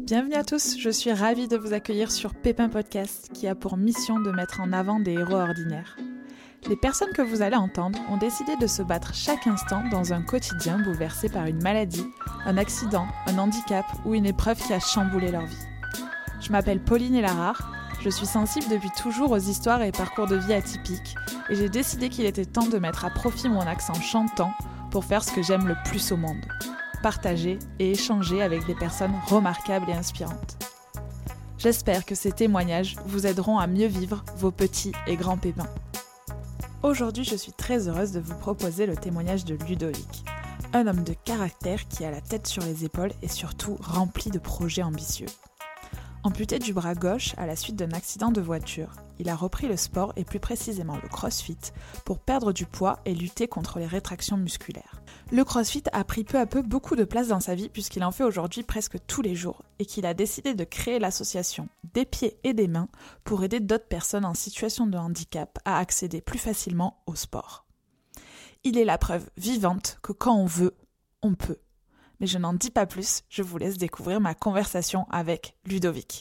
Bienvenue à tous, je suis ravie de vous accueillir sur Pépin Podcast qui a pour mission de mettre en avant des héros ordinaires. Les personnes que vous allez entendre ont décidé de se battre chaque instant dans un quotidien bouleversé par une maladie, un accident, un handicap ou une épreuve qui a chamboulé leur vie. Je m'appelle Pauline Elarard, je suis sensible depuis toujours aux histoires et parcours de vie atypiques et j'ai décidé qu'il était temps de mettre à profit mon accent chantant pour faire ce que j'aime le plus au monde. Partager et échanger avec des personnes remarquables et inspirantes. J'espère que ces témoignages vous aideront à mieux vivre vos petits et grands pépins. Aujourd'hui, je suis très heureuse de vous proposer le témoignage de Ludovic, un homme de caractère qui a la tête sur les épaules et surtout rempli de projets ambitieux. Amputé du bras gauche à la suite d'un accident de voiture, il a repris le sport et plus précisément le crossfit pour perdre du poids et lutter contre les rétractions musculaires. Le crossfit a pris peu à peu beaucoup de place dans sa vie puisqu'il en fait aujourd'hui presque tous les jours et qu'il a décidé de créer l'association des pieds et des mains pour aider d'autres personnes en situation de handicap à accéder plus facilement au sport. Il est la preuve vivante que quand on veut, on peut. Mais je n'en dis pas plus, je vous laisse découvrir ma conversation avec Ludovic.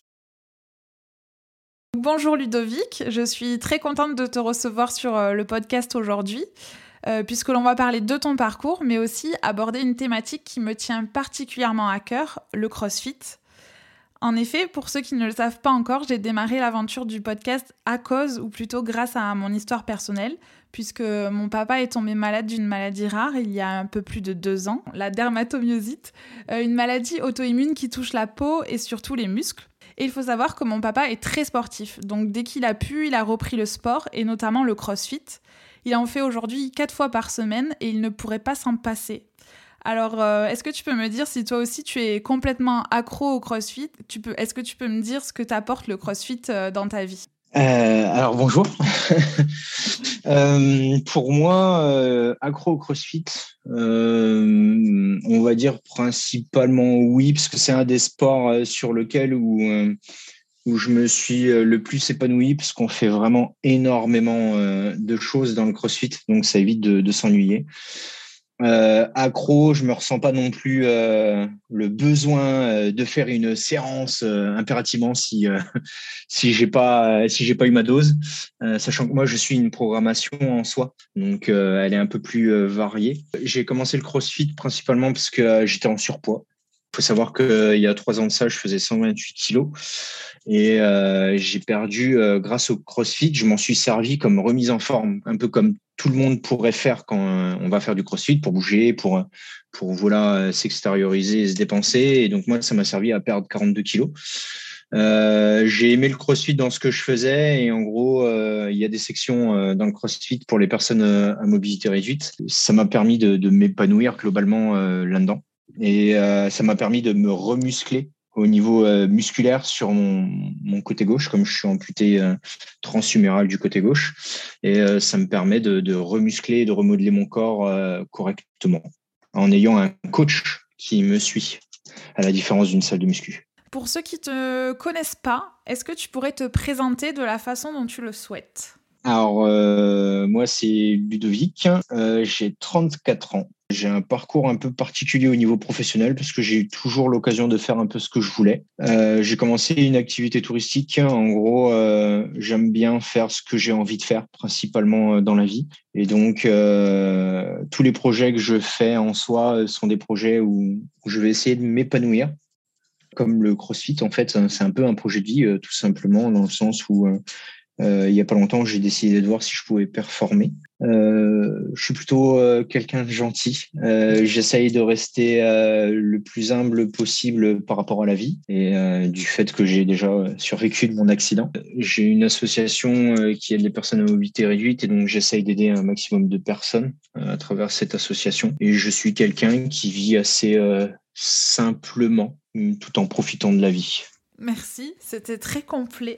Bonjour Ludovic, je suis très contente de te recevoir sur le podcast aujourd'hui, puisque l'on va parler de ton parcours, mais aussi aborder une thématique qui me tient particulièrement à cœur, le CrossFit. En effet, pour ceux qui ne le savent pas encore, j'ai démarré l'aventure du podcast à cause, ou plutôt grâce à mon histoire personnelle, puisque mon papa est tombé malade d'une maladie rare il y a un peu plus de 2 ans, la dermatomyosite, une maladie auto-immune qui touche la peau et surtout les muscles. Et il faut savoir que mon papa est très sportif, donc dès qu'il a pu, il a repris le sport, et notamment le crossfit. Il en fait aujourd'hui 4 fois par semaine et il ne pourrait pas s'en passer. Alors, est-ce que tu peux me dire si toi aussi tu es complètement accro au crossfit ? Est-ce que tu peux me dire ce que t'apporte le crossfit dans ta vie ? Alors bonjour. Pour moi, accro au CrossFit, on va dire principalement oui, parce que c'est un des sports sur lequel où je me suis le plus épanoui, parce qu'on fait vraiment énormément de choses dans le CrossFit, donc ça évite de s'ennuyer. Accro, je me ressens pas non plus le besoin de faire une séance impérativement si j'ai pas eu ma dose, sachant que moi je suis une programmation en soi, donc elle est un peu plus variée. J'ai commencé le CrossFit principalement parce que j'étais en surpoids. Il faut savoir qu'il y a 3 ans de ça, je faisais 128 kilos et j'ai perdu grâce au CrossFit. Je m'en suis servi comme remise en forme, un peu comme tout le monde pourrait faire quand on va faire du CrossFit pour bouger, pour voilà, s'extérioriser et se dépenser. Et donc moi, ça m'a servi à perdre 42 kilos. J'ai aimé le CrossFit dans ce que je faisais et en gros, il y a des sections dans le CrossFit pour les personnes à mobilité réduite. Ça m'a permis de m'épanouir globalement là-dedans. Et ça m'a permis de me remuscler au niveau musculaire sur mon côté gauche, comme je suis amputé transhuméral du côté gauche. Et ça me permet de remuscler et de remodeler mon corps correctement, en ayant un coach qui me suit, à la différence d'une salle de muscu. Pour ceux qui ne te connaissent pas, est-ce que tu pourrais te présenter de la façon dont tu le souhaites ? Alors, moi, c'est Ludovic, j'ai 34 ans. J'ai un parcours un peu particulier au niveau professionnel parce que j'ai eu toujours l'occasion de faire un peu ce que je voulais. J'ai commencé une activité touristique. En gros, j'aime bien faire ce que j'ai envie de faire, principalement dans la vie. Et donc, tous les projets que je fais en soi sont des projets où je vais essayer de m'épanouir. Comme le CrossFit, en fait, c'est un peu un projet de vie, tout simplement, dans le sens où il y a pas longtemps, j'ai décidé de voir si je pouvais performer. Je suis plutôt quelqu'un de gentil. J'essaye de rester le plus humble possible par rapport à la vie et du fait que j'ai déjà survécu de mon accident. J'ai une association qui aide les personnes à mobilité réduite et donc j'essaye d'aider un maximum de personnes à travers cette association. Et je suis quelqu'un qui vit assez simplement, tout en profitant de la vie. Merci, c'était très complet.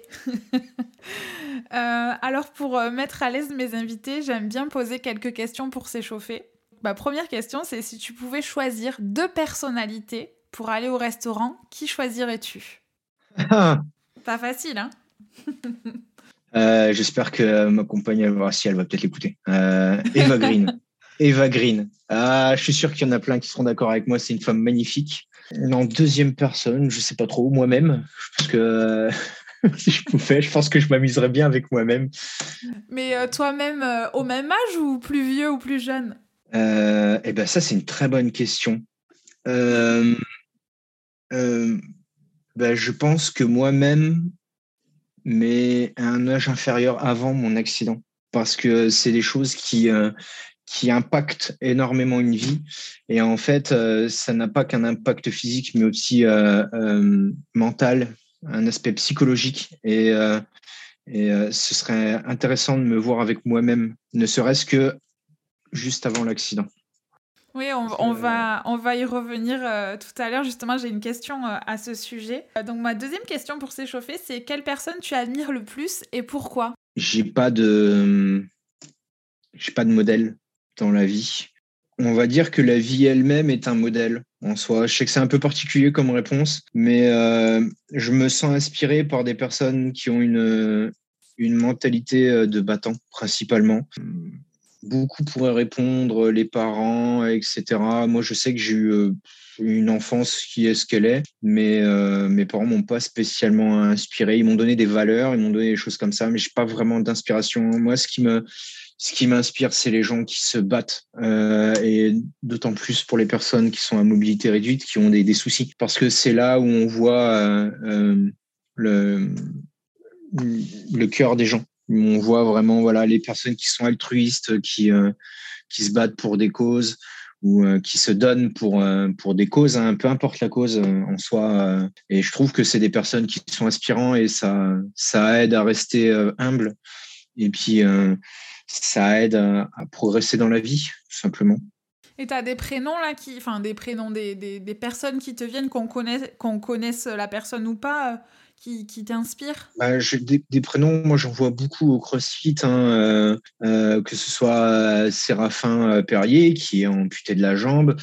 Alors pour mettre à l'aise mes invités, j'aime bien poser quelques questions pour s'échauffer. Ma première question, c'est si tu pouvais choisir 2 personnalités pour aller au restaurant, qui choisirais-tu ? Pas facile, hein ? J'espère que ma compagne, elle va peut-être l'écouter. Eva Green. Eva Green. Je suis sûr qu'il y en a plein qui seront d'accord avec moi. C'est une femme magnifique. En deuxième personne, je sais pas trop, moi-même, parce que si je pouvais, je pense que je m'amuserais bien avec moi-même. Mais toi-même, au même âge ou plus vieux ou plus jeune? Eh ben ça, c'est une très bonne question. Euh, euh, je pense que moi-même, mais à un âge inférieur avant mon accident, parce que c'est des choses qui impactent énormément une vie. Et en fait, ça n'a pas qu'un impact physique, mais aussi mental, un aspect psychologique. Et ce serait intéressant de me voir avec moi-même, ne serait-ce que juste avant l'accident. Oui, on va y revenir tout à l'heure. Justement, j'ai une question à ce sujet. Donc, ma deuxième question pour s'échauffer, c'est quelle personne tu admires le plus et pourquoi? J'ai pas de, j'ai pas de modèle dans la vie. On va dire que la vie elle-même est un modèle en soi. Je sais que c'est un peu particulier comme réponse, mais je me sens inspiré par des personnes qui ont une mentalité de battant, principalement. Beaucoup pourraient répondre, les parents, etc. Moi, je sais que j'ai eu une enfance qui est ce qu'elle est, mais mes parents m'ont pas spécialement inspiré. Ils m'ont donné des valeurs, ils m'ont donné des choses comme ça, mais j'ai pas vraiment d'inspiration. Moi, ce qui m'inspire, c'est les gens qui se battent, et d'autant plus pour les personnes qui sont à mobilité réduite, qui ont des soucis, parce que c'est là où on voit le, le cœur des gens. On voit vraiment voilà, les personnes qui sont altruistes, qui se battent pour des causes ou qui se donnent pour des causes, hein, peu importe la cause en soi. Et je trouve que c'est des personnes qui sont inspirantes et ça aide à rester humble. Et puis, ça aide à progresser dans la vie, tout simplement. Et t'as des prénoms là enfin des prénoms, des personnes qui te viennent, qu'on connaisse la personne ou pas, qui t'inspirent? J'ai des prénoms, moi j'en vois beaucoup au CrossFit, hein, que ce soit Séraphin Perrier qui est amputé de la jambe.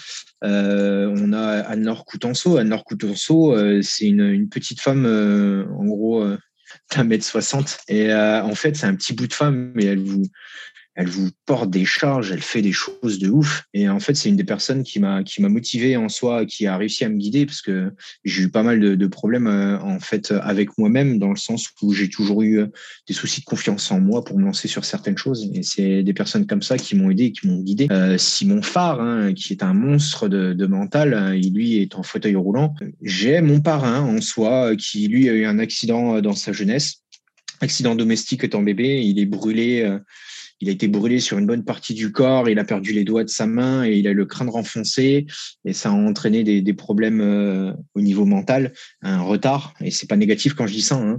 On a Anne-Laure Coutenceau. Anne-Laure Coutenceau, c'est une petite femme, en gros, d'1,60 m. Et en fait, c'est un petit bout de femme, mais elle vous porte des charges, elle fait des choses de ouf. Et en fait, c'est une des personnes qui m'a motivé en soi, qui a réussi à me guider parce que j'ai eu pas mal de problèmes en fait avec moi-même dans le sens où j'ai toujours eu des soucis de confiance en moi pour me lancer sur certaines choses. Et c'est des personnes comme ça qui m'ont aidé et qui m'ont guidé. Simon Farr, hein, qui est un monstre de mental, il lui est en fauteuil roulant. J'ai mon parrain en soi qui lui a eu un accident dans sa jeunesse. Accident domestique étant bébé, il est brûlé. Il a été brûlé sur une bonne partie du corps, il a perdu les doigts de sa main et il a le crâne renfoncé et ça a entraîné des problèmes au niveau mental, un retard. Et c'est pas négatif quand je dis ça, hein.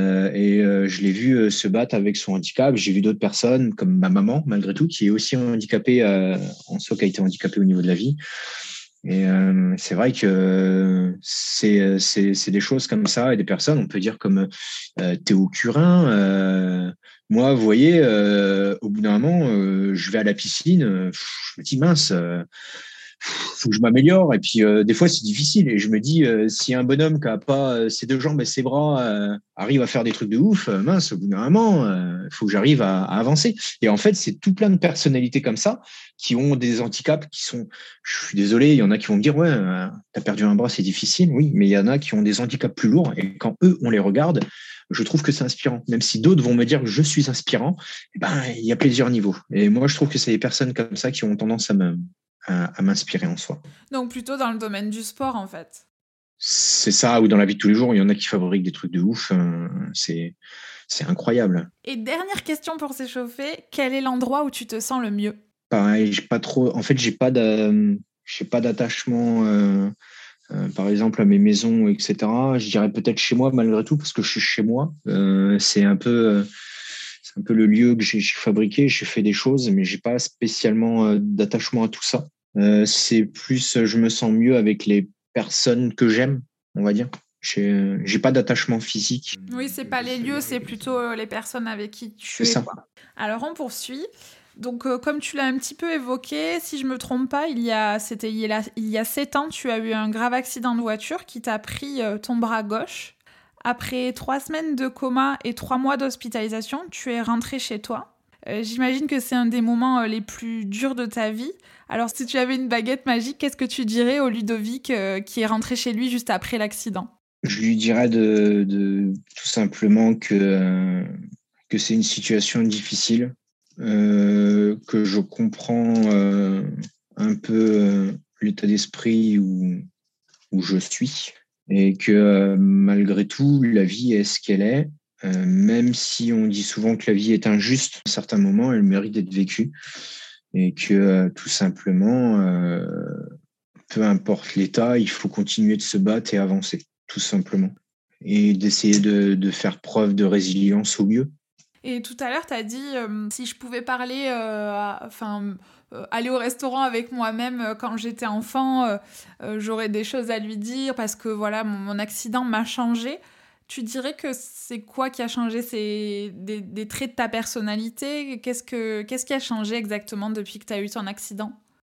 Je l'ai vu se battre avec son handicap. J'ai vu d'autres personnes comme ma maman, malgré tout, qui est aussi handicapée, en soi, qui a été handicapée au niveau de la vie. Et c'est vrai que c'est des choses comme ça et des personnes, on peut dire comme Théo Curin. Moi, vous voyez, au bout d'un moment, je vais à la piscine, je me dis mince, faut que je m'améliore. Et puis des fois, c'est difficile. Et je me dis, si un bonhomme qui a pas ses deux jambes et ses bras arrive à faire des trucs de ouf, mince, au bout d'un moment, faut que j'arrive à avancer. Et en fait, c'est tout plein de personnalités comme ça qui ont des handicaps qui sont. Je suis désolé, il y en a qui vont me dire, ouais, t'as perdu un bras, c'est difficile. Oui, mais il y en a qui ont des handicaps plus lourds. Et quand eux, on les regarde, je trouve que c'est inspirant. Même si d'autres vont me dire que je suis inspirant, eh ben, il y a plusieurs niveaux. Et moi, je trouve que c'est des personnes comme ça qui ont tendance à m'inspirer en soi. Donc plutôt dans le domaine du sport en fait. C'est ça, ou dans la vie de tous les jours, il y en a qui fabriquent des trucs de ouf. C'est incroyable. Et dernière question pour s'échauffer, quel est l'endroit où tu te sens le mieux? Pareil, j'ai pas trop. En fait, j'ai pas d'attachement, par exemple, à mes maisons, etc. Je dirais peut-être chez moi, malgré tout, parce que je suis chez moi. C'est un peu le lieu que j'ai fabriqué. J'ai fait des choses, mais j'ai pas spécialement d'attachement à tout ça. C'est plus, je me sens mieux avec les personnes que j'aime, on va dire. J'ai pas d'attachement physique. Oui, c'est pas les lieux, c'est plutôt les personnes avec qui C'est tu es, ça. quoi. Alors on poursuit. Donc comme tu l'as un petit peu évoqué, si je me trompe pas, il y a 7 ans, tu as eu un grave accident de voiture qui t'a pris ton bras gauche. Après 3 semaines de coma et 3 mois d'hospitalisation, tu es rentré chez toi. J'imagine que c'est un des moments les plus durs de ta vie. Alors, si tu avais une baguette magique, qu'est-ce que tu dirais au Ludovic qui est rentré chez lui juste après l'accident ? Je lui dirais de tout simplement que c'est une situation difficile, que je comprends un peu l'état d'esprit où je suis, et que malgré tout, la vie est ce qu'elle est. Même si on dit souvent que la vie est injuste, à certains moments, elle mérite d'être vécue. Et que tout simplement, peu importe l'état, il faut continuer de se battre et avancer, tout simplement. Et d'essayer de faire preuve de résilience au mieux. Et tout à l'heure, tu as dit si je pouvais parler, aller au restaurant avec moi-même quand j'étais enfant, j'aurais des choses à lui dire parce que voilà, mon accident m'a changé. Tu dirais que c'est quoi qui a changé ? C'est des traits de ta personnalité ? Qu'est-ce qui a changé exactement depuis que tu as eu ton accident ?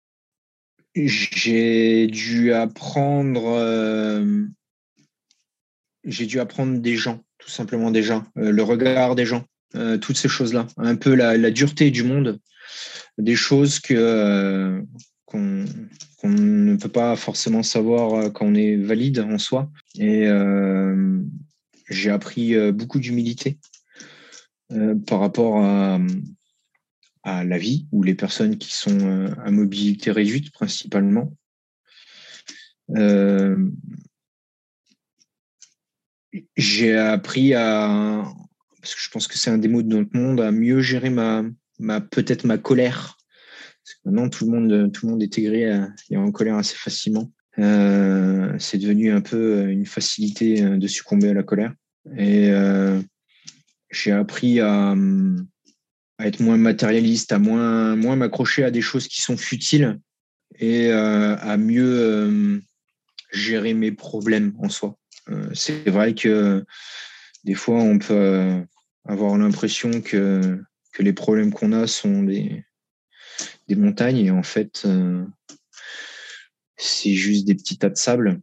J'ai dû apprendre des gens, tout simplement des gens, le regard des gens, toutes ces choses-là, un peu la dureté du monde, des choses qu'on ne peut pas forcément savoir quand on est valide en soi. Et j'ai appris beaucoup d'humilité par rapport à la vie ou les personnes qui sont à mobilité réduite principalement. J'ai appris parce que je pense que c'est un des mots de notre monde, à mieux gérer peut-être ma colère. Parce que maintenant, tout le monde est aigri et en colère assez facilement. C'est devenu un peu une facilité de succomber à la colère. Et j'ai appris à être moins matérialiste, à moins m'accrocher à des choses qui sont futiles et à mieux gérer mes problèmes en soi. C'est vrai que des fois, on peut avoir l'impression que les problèmes qu'on a sont des montagnes et en fait, c'est juste des petits tas de sable.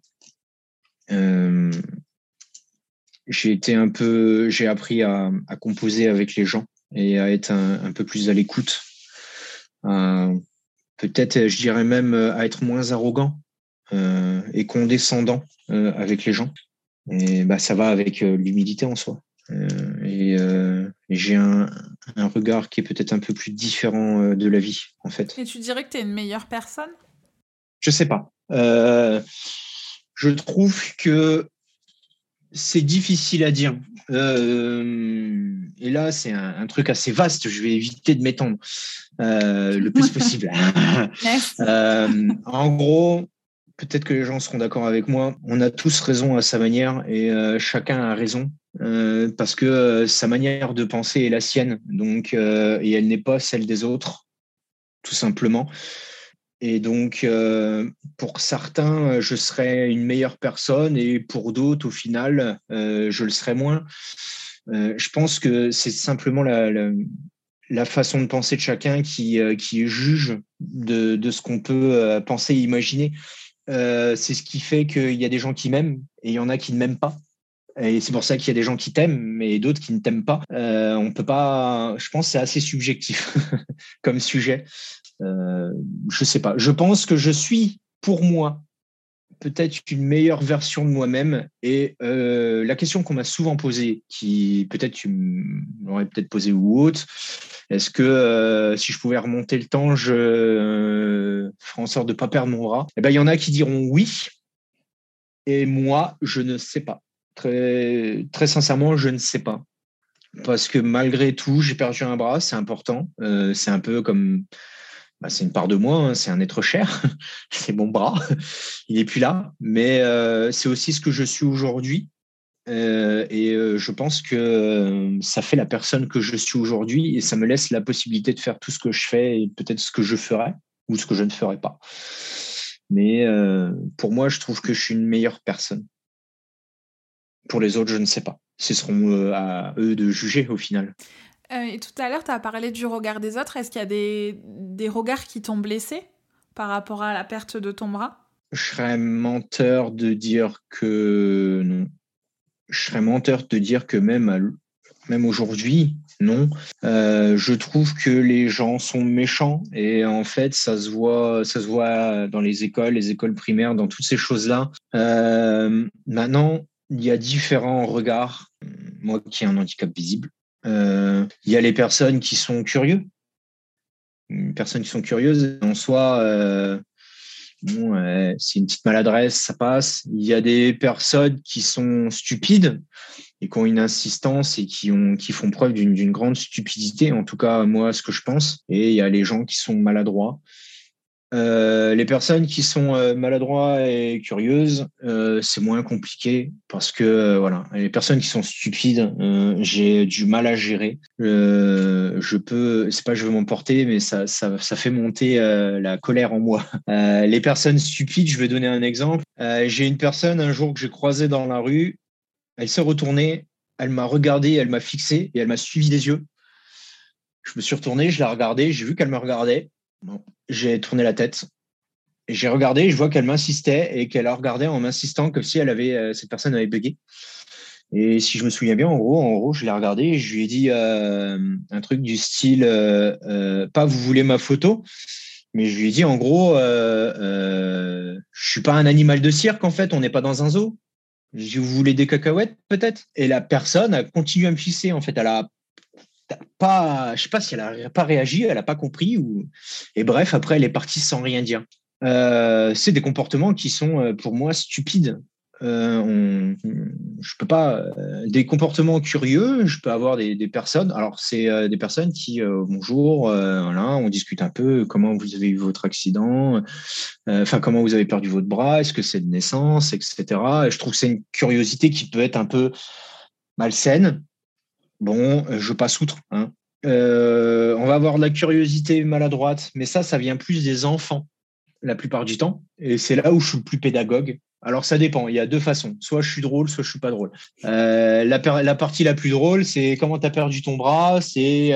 J'ai appris à composer avec les gens et à être un peu plus à l'écoute. Peut-être, je dirais même, à être moins arrogant et condescendant avec les gens. Et bah, ça va avec l'humilité en soi. Et j'ai un regard qui est peut-être un peu plus différent de la vie, en fait. Et tu dirais que tu es une meilleure personne ? Je sais pas. Je trouve que c'est difficile à dire. Et là, c'est un truc assez vaste. Je vais éviter de m'étendre le plus possible. En gros, peut-être que les gens seront d'accord avec moi. On a tous raison à sa manière et chacun a raison parce que sa manière de penser est la sienne. Donc, et elle n'est pas celle des autres, tout simplement. Et donc, pour certains, je serai une meilleure personne et pour d'autres, au final, je le serai moins. Je pense que c'est simplement la façon de penser de chacun qui juge de ce qu'on peut penser et imaginer. C'est ce qui fait qu'il y a des gens qui m'aiment et il y en a qui ne m'aiment pas. Et c'est pour ça qu'il y a des gens qui t'aiment et d'autres qui ne t'aiment pas. On peut pas. Je pense que c'est assez subjectif comme sujet. Je sais pas. Je pense que je suis, pour moi, peut-être une meilleure version de moi-même. Et la question qu'on m'a souvent posée, qui peut-être tu m'aurais peut-être posée ou autre, est-ce que si je pouvais remonter le temps, je ferais en sorte de ne pas perdre mon bras? Eh ben, il y en a qui diront oui. Et moi, je ne sais pas. Très, très sincèrement, je ne sais pas. Parce que malgré tout, j'ai perdu un bras, c'est important. C'est un peu comme c'est une part de moi, hein, c'est un être cher, c'est mon bras, il n'est plus là, mais c'est aussi ce que je suis aujourd'hui. Et je pense que ça fait la personne que je suis aujourd'hui et ça me laisse la possibilité de faire tout ce que je fais et peut-être ce que je ferais ou ce que je ne ferais pas. Mais pour moi, je trouve que je suis une meilleure personne. Pour les autres, je ne sais pas. Ce seront à eux de juger au final. Et tout à l'heure, tu as parlé du regard des autres. Est-ce qu'il y a des regards qui t'ont blessé par rapport à la perte de ton bras ? Je serais menteur de dire que non. Je serais menteur de dire que même même aujourd'hui, non. Je trouve que les gens sont méchants et en fait, ça se voit dans les écoles primaires, dans toutes ces choses-là. Maintenant, il y a différents regards. Moi qui ai un handicap visible, il y a les personnes qui sont curieuses. Les personnes qui sont curieuses, en soi, bon, c'est une petite maladresse, ça passe. Il y a des personnes qui sont stupides et qui ont une insistance et qui font preuve d'une grande stupidité, en tout cas, moi, ce que je pense. Et il y a les gens qui sont maladroits. Les personnes qui sont maladroits et curieuses, c'est moins compliqué parce que voilà, les personnes qui sont stupides, j'ai du mal à gérer. C'est pas que je veux m'emporter, mais ça fait monter la colère en moi. Les personnes stupides, je vais donner un exemple. J'ai une personne un jour que j'ai croisée dans la rue, elle s'est retournée, elle m'a regardé, elle m'a fixé et elle m'a suivi des yeux. Je me suis retourné, je l'ai regardée, j'ai vu qu'elle me regardait. Bon, j'ai tourné la tête. Et j'ai regardé, je vois qu'elle m'insistait et qu'elle a regardé en m'insistant comme si cette personne avait bugué. Et si je me souviens bien, en gros, je l'ai regardé et je lui ai dit un truc du style pas vous voulez ma photo, mais je lui ai dit en gros je suis pas un animal de cirque en fait, on n'est pas dans un zoo. J'ai dit vous voulez des cacahuètes peut-être. Et la personne a continué à me fixer en fait, elle a pas, je sais pas si elle a pas réagi, elle a pas compris et bref après elle est partie sans rien dire. C'est des comportements qui sont pour moi stupides. Je peux pas des comportements curieux. Je peux avoir des personnes. Alors c'est des personnes qui bonjour, voilà, on discute un peu. Comment vous avez eu votre accident, enfin comment vous avez perdu votre bras, est-ce que c'est de naissance, etc. Et je trouve que c'est une curiosité qui peut être un peu malsaine. Bon, je passe outre. Hein. On va avoir de la curiosité maladroite, mais ça vient plus des enfants la plupart du temps. Et c'est là où je suis le plus pédagogue. Alors ça dépend, il y a deux façons. Soit je suis drôle, soit je suis pas drôle. La partie la plus drôle, c'est comment tu as perdu ton bras. C'est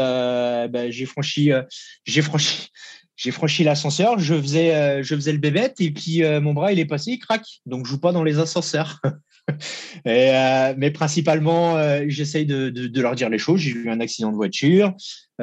j'ai franchi, j'ai franchi l'ascenseur, je faisais le bébête et puis mon bras il est passé, il craque. Donc je joue pas dans les ascenseurs. Mais principalement, j'essaye de leur dire les choses. J'ai eu un accident de voiture.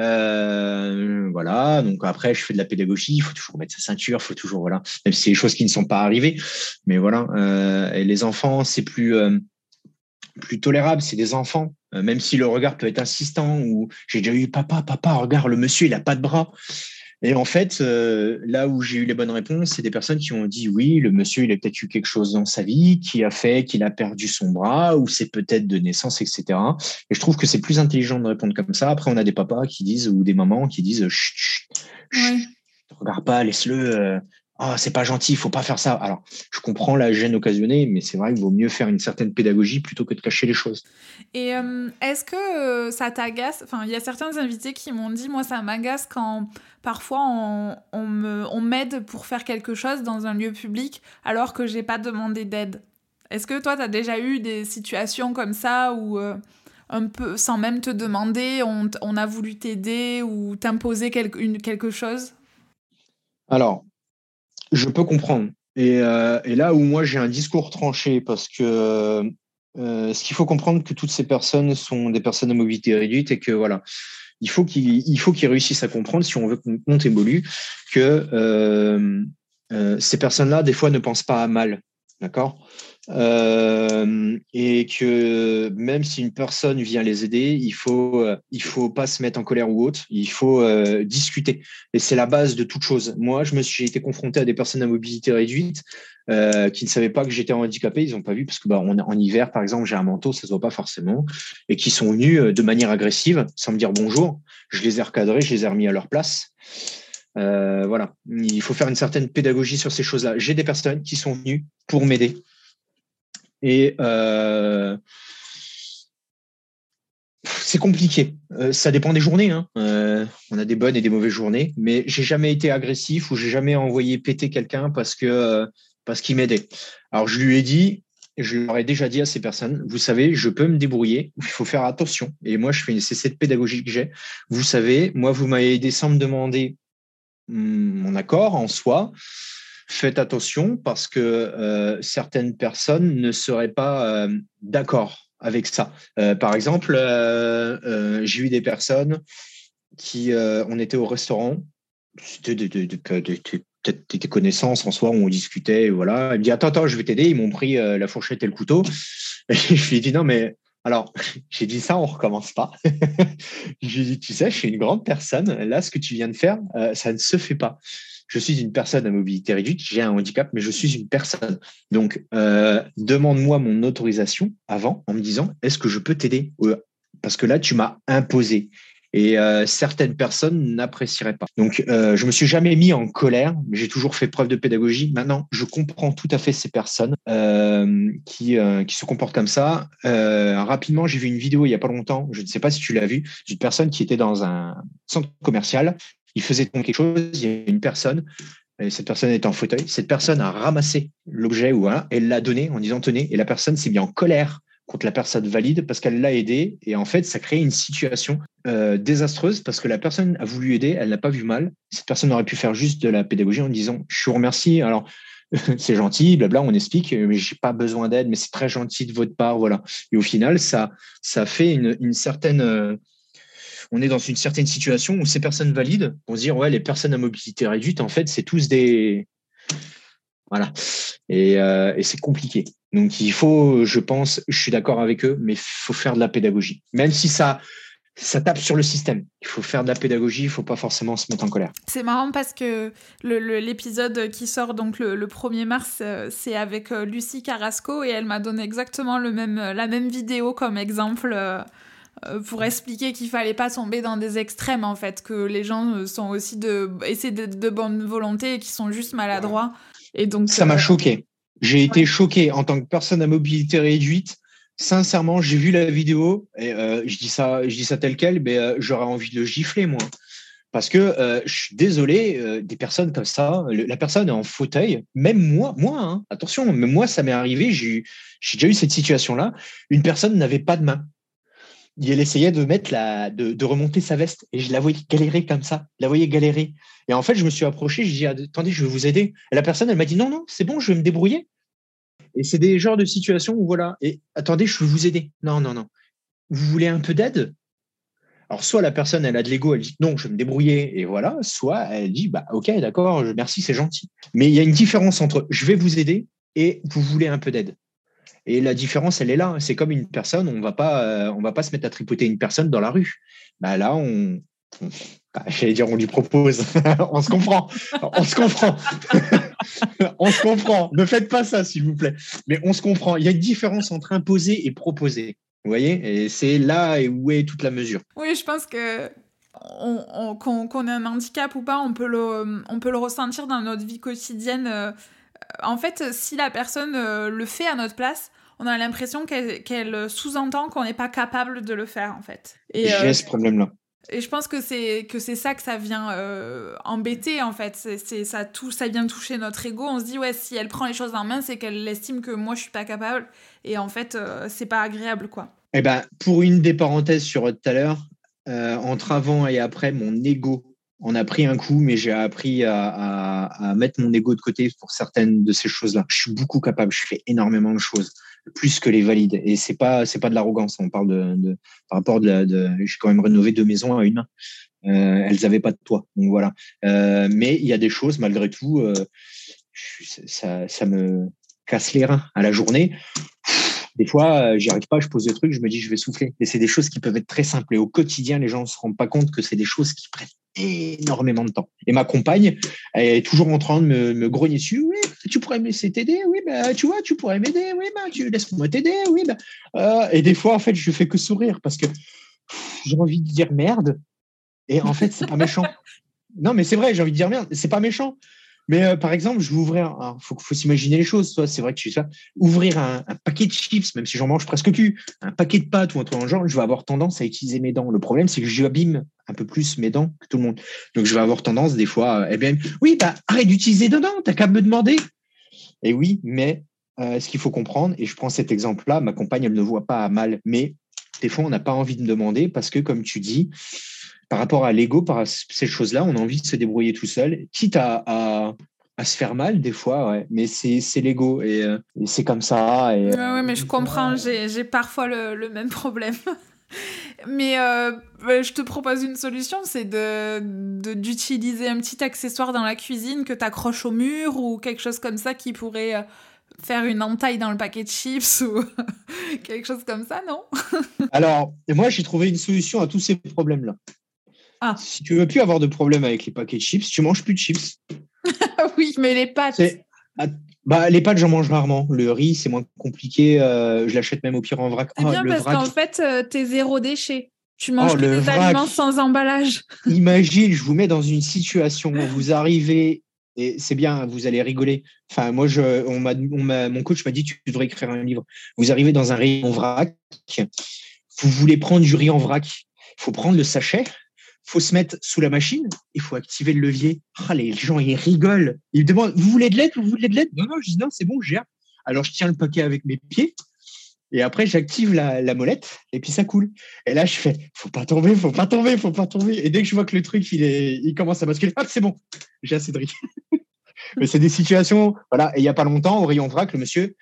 Voilà. Donc après, je fais de la pédagogie. Il faut toujours mettre sa ceinture. Il faut toujours, voilà. Même si c'est des choses qui ne sont pas arrivées. Mais voilà. Et les enfants, c'est plus tolérable. C'est des enfants. Même si le regard peut être insistant ou j'ai déjà eu papa, regarde, le monsieur, il a pas de bras. Et en fait, là où j'ai eu les bonnes réponses, c'est des personnes qui ont dit oui, le monsieur, il a peut-être eu quelque chose dans sa vie qui a fait qu'il a perdu son bras ou c'est peut-être de naissance, etc. Et je trouve que c'est plus intelligent de répondre comme ça. Après, on a des papas qui disent ou des mamans qui disent chut, chut, chut, Oui. regarde pas, laisse-le. Ah, c'est pas gentil, il faut pas faire ça. Alors, je comprends la gêne occasionnée, mais c'est vrai qu'il vaut mieux faire une certaine pédagogie plutôt que de cacher les choses. Et est-ce que ça t'agace? Enfin, il y a certains invités qui m'ont dit, moi, ça m'agace quand parfois on m'aide pour faire quelque chose dans un lieu public alors que j'ai pas demandé d'aide. Est-ce que toi, t'as déjà eu des situations comme ça où un peu sans même te demander, on a voulu t'aider ou t'imposer quelque chose? Alors, je peux comprendre. Et là où moi j'ai un discours tranché, parce que ce qu'il faut comprendre que toutes ces personnes sont des personnes à mobilité réduite et que voilà, il faut qu'ils réussissent à comprendre si on veut qu'on évolue que ces personnes-là des fois ne pensent pas à mal, d'accord? Et que même si une personne vient les aider, il faut pas se mettre en colère ou autre, il faut discuter. Et c'est la base de toute chose. Moi, j'ai été confronté à des personnes à mobilité réduite qui ne savaient pas que j'étais handicapé, ils n'ont pas vu parce que en hiver, par exemple, j'ai un manteau, ça se voit pas forcément, et qui sont venus de manière agressive, sans me dire bonjour. Je les ai recadrés, je les ai remis à leur place. Voilà, il faut faire une certaine pédagogie sur ces choses-là. J'ai des personnes qui sont venues pour m'aider. Et c'est compliqué. Ça dépend des journées. Hein. On a des bonnes et des mauvaises journées, mais j'ai jamais été agressif ou j'ai jamais envoyé péter quelqu'un parce qu'il m'aidait. Alors je lui ai dit, je leur ai déjà dit à ces personnes, vous savez, je peux me débrouiller. Il faut faire attention. Et moi, c'est cette pédagogie que j'ai. Vous savez, moi, vous m'avez aidé sans me demander mon accord en soi. Faites attention parce que certaines personnes ne seraient pas d'accord avec ça. Par exemple, j'ai eu des personnes qui, on était au restaurant, c'était peut-être des connaissances en soi où on discutait, voilà. Elle me dit attends, je vais t'aider. Ils m'ont pris la fourchette et le couteau. Et je lui ai dit non, mais alors, j'ai dit ça, on recommence pas. J'ai dit, tu sais, je suis une grande personne. Là, ce que tu viens de faire, ça ne se fait pas. Je suis une personne à mobilité réduite, j'ai un handicap, mais je suis une personne. Donc, demande-moi mon autorisation avant en me disant, est-ce que je peux t'aider? Parce que là, tu m'as imposé. Et certaines personnes n'apprécieraient pas. Donc, je me suis jamais mis en colère, mais j'ai toujours fait preuve de pédagogie. Maintenant, je comprends tout à fait ces personnes qui se comportent comme ça. Rapidement, j'ai vu une vidéo il y a pas longtemps, je ne sais pas si tu l'as vu, d'une personne qui était dans un centre commercial. Il faisait quelque chose, il y a une personne, et cette personne était en fauteuil. Cette personne a ramassé l'objet ou voilà, et l'a donné en disant tenez, et la personne s'est mise en colère contre la personne valide parce qu'elle l'a aidé. Et en fait, ça crée une situation désastreuse parce que la personne a voulu aider, elle n'a pas vu mal. Cette personne aurait pu faire juste de la pédagogie en disant je vous remercie. Alors, c'est gentil, blabla, on explique, mais j'ai pas besoin d'aide, mais c'est très gentil de votre part, voilà. Et au final, ça fait une certaine. On est dans une certaine situation où ces personnes valides vont se dire ouais, les personnes à mobilité réduite, en fait, c'est tous des. Voilà. Et c'est compliqué. Donc, il faut, je pense, je suis d'accord avec eux, mais il faut faire de la pédagogie. Même si ça tape sur le système. Il faut faire de la pédagogie, il ne faut pas forcément se mettre en colère. C'est marrant parce que l'épisode qui sort donc le 1er mars, c'est avec Lucie Carrasco et elle m'a donné exactement la même vidéo comme exemple pour expliquer qu'il fallait pas tomber dans des extrêmes en fait, que les gens sont aussi essayer de bonne volonté et qui sont juste maladroits. Et donc, ça m'a choqué. J'ai été choqué en tant que personne à mobilité réduite. Sincèrement, j'ai vu la vidéo et je dis ça tel quel, mais j'aurais envie de le gifler moi. Parce que je suis désolé, des personnes comme ça, la personne est en fauteuil, même moi, hein, attention, même moi, ça m'est arrivé, j'ai déjà eu cette situation-là, une personne n'avait pas de main. Elle essayait de de remonter sa veste et je la voyais galérer comme ça, je la voyais galérer. Et en fait, je me suis approché, je dis attendez, je vais vous aider. Et la personne, elle m'a dit non, c'est bon, je vais me débrouiller. Et c'est des genres de situations où voilà, et attendez, je vais vous aider. Non. Vous voulez un peu d'aide? Alors, soit la personne, elle a de l'ego, elle dit non, je vais me débrouiller, et voilà, soit elle dit bah, ok, d'accord, merci, c'est gentil. Mais il y a une différence entre je vais vous aider et vous voulez un peu d'aide. Et la différence, elle est là. C'est comme une personne, on va pas se mettre à tripoter une personne dans la rue. Bah là, j'allais dire, on lui propose. On se comprend. On se comprend. On se comprend. Ne faites pas ça, s'il vous plaît. Mais on se comprend. Il y a une différence entre imposer et proposer. Vous voyez? Et c'est là où est toute la mesure. Oui, je pense que qu'on ait un handicap ou pas, on peut le ressentir dans notre vie quotidienne. En fait, si la personne le fait à notre place, on a l'impression qu'elle sous-entend qu'on n'est pas capable de le faire, en fait. J'ai ce problème-là. Et je pense que c'est ça que ça vient embêter, en fait. Ça vient toucher notre ego. On se dit, ouais, si elle prend les choses en main, c'est qu'elle estime que moi, je suis pas capable. Et en fait, c'est pas agréable, quoi. Eh ben, pour une des parenthèses sur tout à l'heure, entre avant et après, mon ego en a pris un coup, mais j'ai appris à mettre mon ego de côté pour certaines de ces choses-là. Je suis beaucoup capable, je fais énormément de choses, plus que les valides. Et c'est pas de l'arrogance. On parle par rapport j'ai quand même rénové 2 maisons à une main. Elles avaient pas de toit, donc voilà. Mais il y a des choses, malgré tout, ça me casse les reins à la journée. Des fois, j'y arrive pas, je pose des trucs, je me dis, je vais souffler. Et c'est des choses qui peuvent être très simples. Et au quotidien, les gens ne se rendent pas compte que c'est des choses qui prennent énormément de temps. Et ma compagne, elle est toujours en train de me grogner dessus. Oui, tu pourrais me laisser t'aider. Oui, bah, tu vois, tu pourrais m'aider. Oui, bah, laisse-moi t'aider. Oui, bah. Et des fois, en fait, je fais que sourire parce que j'ai envie de dire merde. Et en fait, c'est pas méchant. Non, mais c'est vrai, j'ai envie de dire merde. C'est pas méchant. Mais par exemple, je vais ouvrir. Faut s'imaginer les choses. Toi, c'est vrai que je suis ça. Ouvrir un paquet de chips, même si j'en mange presque plus, un paquet de pâtes ou un truc dans le genre, je vais avoir tendance à utiliser mes dents. Le problème, c'est que j'abîme un peu plus mes dents que tout le monde. Donc, je vais avoir tendance des fois, eh bien, oui, bah arrête d'utiliser des dents. T'as qu'à me demander. Et oui, mais ce qu'il faut comprendre, et je prends cet exemple-là, ma compagne, elle ne voit pas à mal, mais des fois, on n'a pas envie de demander parce que, comme tu dis, par rapport à l'ego, par ces choses-là, on a envie de se débrouiller tout seul, quitte à à se faire mal des fois, ouais. Mais c'est l'ego et c'est comme ça. Ouais, mais je comprends, j'ai parfois le même problème. Mais je te propose une solution, c'est d'utiliser un petit accessoire dans la cuisine que tu accroches au mur ou quelque chose comme ça qui pourrait faire une entaille dans le paquet de chips ou quelque chose comme ça, non? Alors, moi, j'ai trouvé une solution à tous ces problèmes-là. Ah, Si tu veux plus avoir de problème avec les paquets de chips, tu manges plus de chips. oui, mais les pâtes. Les pâtes, j'en mange rarement. Le riz, c'est moins compliqué. Je l'achète même au pire en vrac. C'est bien Le parce vrac. qu'en fait, t'es zéro déchet. Tu manges que Le des vrac. aliments sans emballage. Imagine, je vous mets dans une situation où vous arrivez, et c'est bien, vous allez rigoler. Enfin, moi, mon coach m'a dit, tu devrais écrire un livre. Vous arrivez dans un rayon vrac, vous voulez prendre du riz en vrac. Il faut prendre le sachet, il faut se mettre sous la machine, il faut activer le levier. Les gens, ils rigolent. Ils me demandent, vous voulez de l'aide? Vous voulez de l'aide? Non, je dis non, c'est bon, je gère. Alors, je tiens le paquet avec mes pieds. Et après, j'active la molette et puis ça coule. Et là, je fais, faut pas tomber, faut pas tomber, faut pas tomber. Et dès que je vois que le truc, il commence à basculer, hop, c'est bon, j'ai assez de riz. Mais c'est des situations, voilà. Et il y a pas longtemps, au rayon vrac, le monsieur,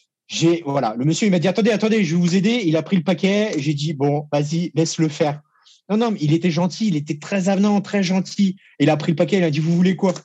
le monsieur, il m'a dit, attendez, je vais vous aider. Il a pris le paquet. J'ai dit, bon, vas-y, laisse-le faire. Non, mais il était gentil, il était très avenant, très gentil. Il a pris le paquet, il a dit, vous voulez quoi?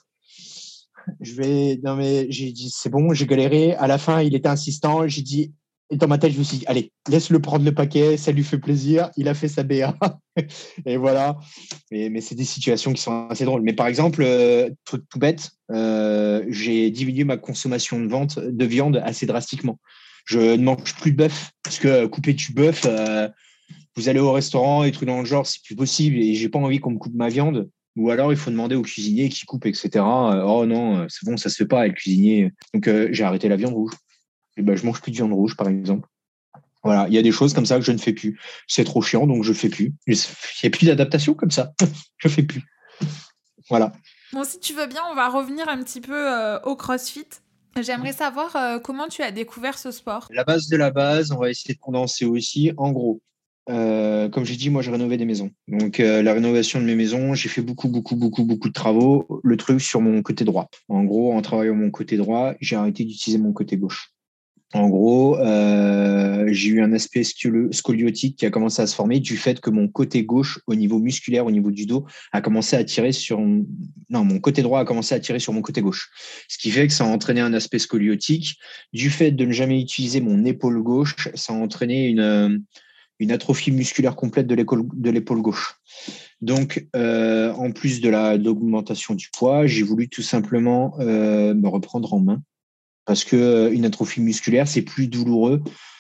Non, mais j'ai dit, c'est bon, j'ai galéré. À la fin, il était insistant. J'ai dit, et dans ma tête, je me suis dit, allez, laisse-le prendre le paquet, ça lui fait plaisir. Il a fait sa BA. Et voilà. Mais c'est des situations qui sont assez drôles. Mais par exemple, truc tout bête, j'ai diminué ma consommation de viande assez drastiquement. Je ne mange plus de bœuf parce que couper du bœuf, vous allez au restaurant et trucs dans le genre, c'est plus possible et j'ai pas envie qu'on me coupe ma viande. Ou alors, il faut demander au cuisinier qui coupe, etc. Oh non, c'est bon, ça se fait pas, le cuisinier. Donc, j'ai arrêté la viande rouge. Et ben, je mange plus de viande rouge, par exemple. Voilà, il y a des choses comme ça que je ne fais plus. C'est trop chiant, donc je ne fais plus. Il n'y a plus d'adaptation comme ça. Je ne fais plus. Voilà. Bon, si tu veux bien, on va revenir un petit peu au CrossFit. J'aimerais savoir comment tu as découvert ce sport. La base de la base, on va essayer de condenser aussi. En gros, comme j'ai dit, moi, je rénovais des maisons. Donc, la rénovation de mes maisons, j'ai fait beaucoup de travaux. Le truc sur mon côté droit. En gros, en travaillant mon côté droit, j'ai arrêté d'utiliser mon côté gauche. En gros, j'ai eu un aspect scoliotique qui a commencé à se former du fait que mon côté gauche, au niveau musculaire, au niveau du dos, a commencé à tirer sur... Non, mon côté droit a commencé à tirer sur mon côté gauche. Ce qui fait que ça a entraîné un aspect scoliotique. Du fait de ne jamais utiliser mon épaule gauche, ça a entraîné une atrophie musculaire complète de l'épaule gauche. Donc, en plus de l'augmentation du poids, j'ai voulu tout simplement me reprendre en main parce que une atrophie musculaire, c'est plus douloureux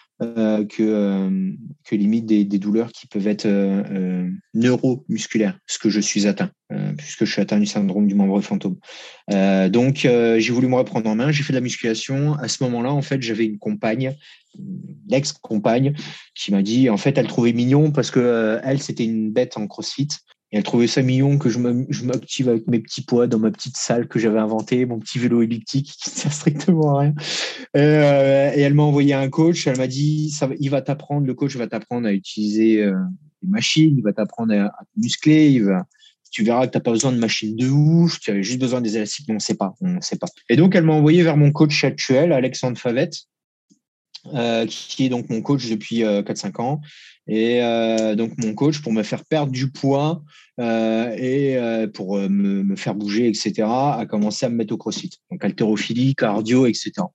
que limite des douleurs qui peuvent être neuromusculaires, ce que je suis atteint, puisque je suis atteint du syndrome du membre fantôme. Donc, j'ai voulu me reprendre en main. J'ai fait de la musculation. À ce moment-là, en fait, j'avais une compagne, l'ex-compagne, qui m'a dit, en fait, elle trouvait mignon parce que elle, c'était une bête en CrossFit. Et elle trouvait ça mignon que je m'active avec mes petits poids dans ma petite salle que j'avais inventée, mon petit vélo elliptique qui ne sert strictement à rien. Et elle m'a envoyé un coach. Elle m'a dit, le coach va t'apprendre à utiliser des machines, il va t'apprendre à te muscler, tu verras que tu n'as pas besoin de machines de ouf, tu as juste besoin des élastiques, mais on ne sait pas. Et donc, elle m'a envoyé vers mon coach actuel, Alexandre Favette, qui est donc mon coach depuis 4-5 ans. Et donc, mon coach, pour me faire perdre du poids et pour me faire bouger, etc., a commencé à me mettre au CrossFit. Donc, haltérophilie, cardio, etc.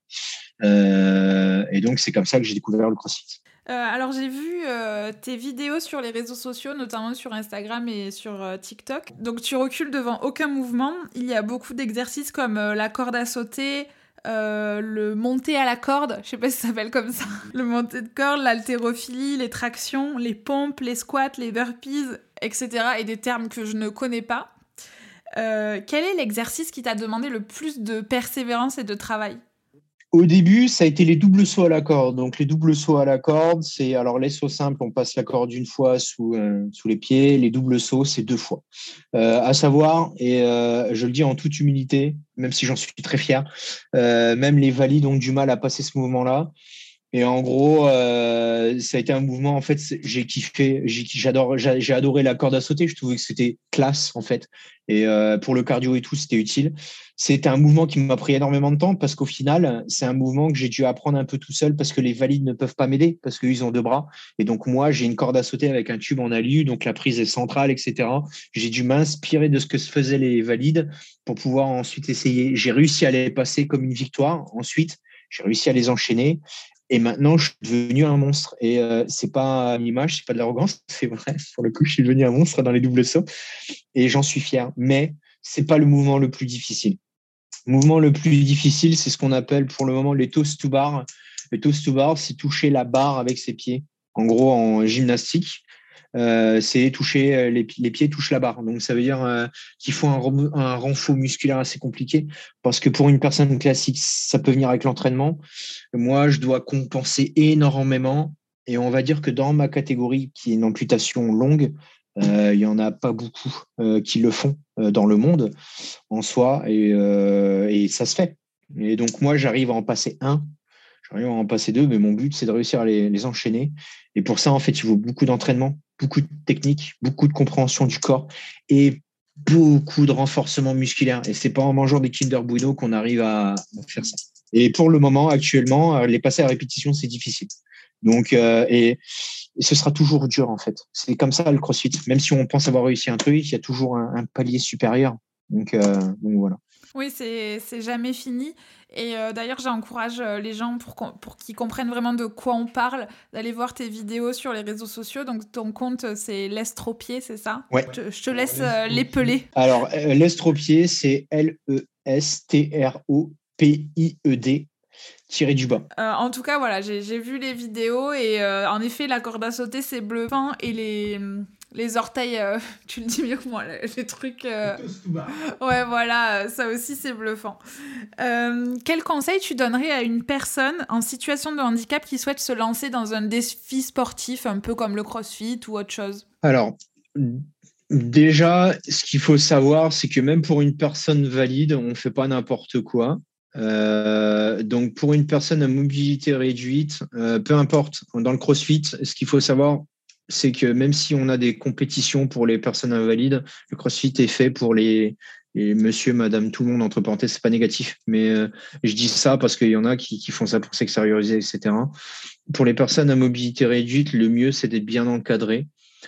Et donc, c'est comme ça que j'ai découvert le CrossFit. Alors j'ai vu tes vidéos sur les réseaux sociaux, notamment sur Instagram et sur TikTok. Donc tu recules devant aucun mouvement. Il y a beaucoup d'exercices comme la corde à sauter, le monter à la corde, je sais pas si ça s'appelle comme ça, le monter de corde, l'haltérophilie, les tractions, les pompes, les squats, les burpees, etc. Et des termes que je ne connais pas. Quel est l'exercice qui t'a demandé le plus de persévérance et de travail ? Au début, ça a été les doubles sauts à la corde. Donc, les doubles sauts à la corde, c'est alors les sauts simples, on passe la corde une fois sous les pieds. Les doubles sauts, c'est 2 fois. À savoir, et je le dis en toute humilité, même si j'en suis très fier, même les valides ont du mal à passer ce mouvement-là. Et en gros, ça a été un mouvement, en fait, j'ai kiffé, j'ai adoré la corde à sauter, je trouvais que c'était classe, en fait. Et pour le cardio et tout, c'était utile. C'était un mouvement qui m'a pris énormément de temps parce qu'au final, c'est un mouvement que j'ai dû apprendre un peu tout seul parce que les valides ne peuvent pas m'aider parce qu'ils ont 2 bras. Et donc, moi, j'ai une corde à sauter avec un tube en alu, donc la prise est centrale, etc. J'ai dû m'inspirer de ce que faisaient les valides pour pouvoir ensuite essayer. J'ai réussi à les passer comme une victoire. Ensuite, j'ai réussi à les enchaîner. Et maintenant, je suis devenu un monstre. Et c'est pas une image, c'est pas de l'arrogance, c'est vrai. Pour le coup, je suis devenu un monstre dans les doubles sauts et j'en suis fier. Mais c'est pas le mouvement le plus difficile. Le mouvement le plus difficile, c'est ce qu'on appelle pour le moment les toast to bar. Le toast to bar, c'est toucher la barre avec ses pieds. En gros, en gymnastique, c'est toucher les pieds touchent la barre. Donc ça veut dire qu'il faut un renfort musculaire assez compliqué parce que pour une personne classique, ça peut venir avec l'entraînement. Moi, je dois compenser énormément et on va dire que dans ma catégorie, qui est une amputation longue, il y en a pas beaucoup qui le font dans le monde en soi et ça se fait. Et donc moi, j'arrive à en passer un. J'arrive à en passer 2, mais mon but, c'est de réussir à les enchaîner. Et pour ça, en fait, il faut beaucoup d'entraînement, beaucoup de technique, beaucoup de compréhension du corps et beaucoup de renforcement musculaire. Et c'est pas en mangeant des Kinder Bueno qu'on arrive à faire ça. Et pour le moment, actuellement, les passer à répétition, c'est difficile. Donc, et ce sera toujours dur, en fait. C'est comme ça le CrossFit. Même si on pense avoir réussi un truc, il y a toujours un palier supérieur. Donc voilà. Oui, c'est jamais fini. Et d'ailleurs, j'encourage les gens pour qu'ils comprennent vraiment de quoi on parle, d'aller voir tes vidéos sur les réseaux sociaux. Donc, ton compte, c'est Lestropied, c'est ça? Ouais. Je te laisse l'épeler. Alors, Lestropied, c'est Lestropied tiré du bas. En tout cas, voilà, j'ai vu les vidéos et en effet, la corde à sauter, c'est bluffant et les orteils, tu le dis mieux que moi, les trucs... Ouais, voilà, ça aussi, c'est bluffant. Quel conseil tu donnerais à une personne en situation de handicap qui souhaite se lancer dans un défi sportif, un peu comme le CrossFit ou autre chose? Alors, déjà, ce qu'il faut savoir, c'est que même pour une personne valide, on ne fait pas n'importe quoi. Donc, pour une personne à mobilité réduite, peu importe, dans le CrossFit, ce qu'il faut savoir, c'est que même si on a des compétitions pour les personnes invalides, le CrossFit est fait pour les monsieur, madame, tout le monde, entre parenthèses, c'est pas négatif, mais je dis ça parce qu'il y en a qui font ça pour s'extérioriser, etc. Pour les personnes à mobilité réduite, le mieux, c'est d'être bien encadré.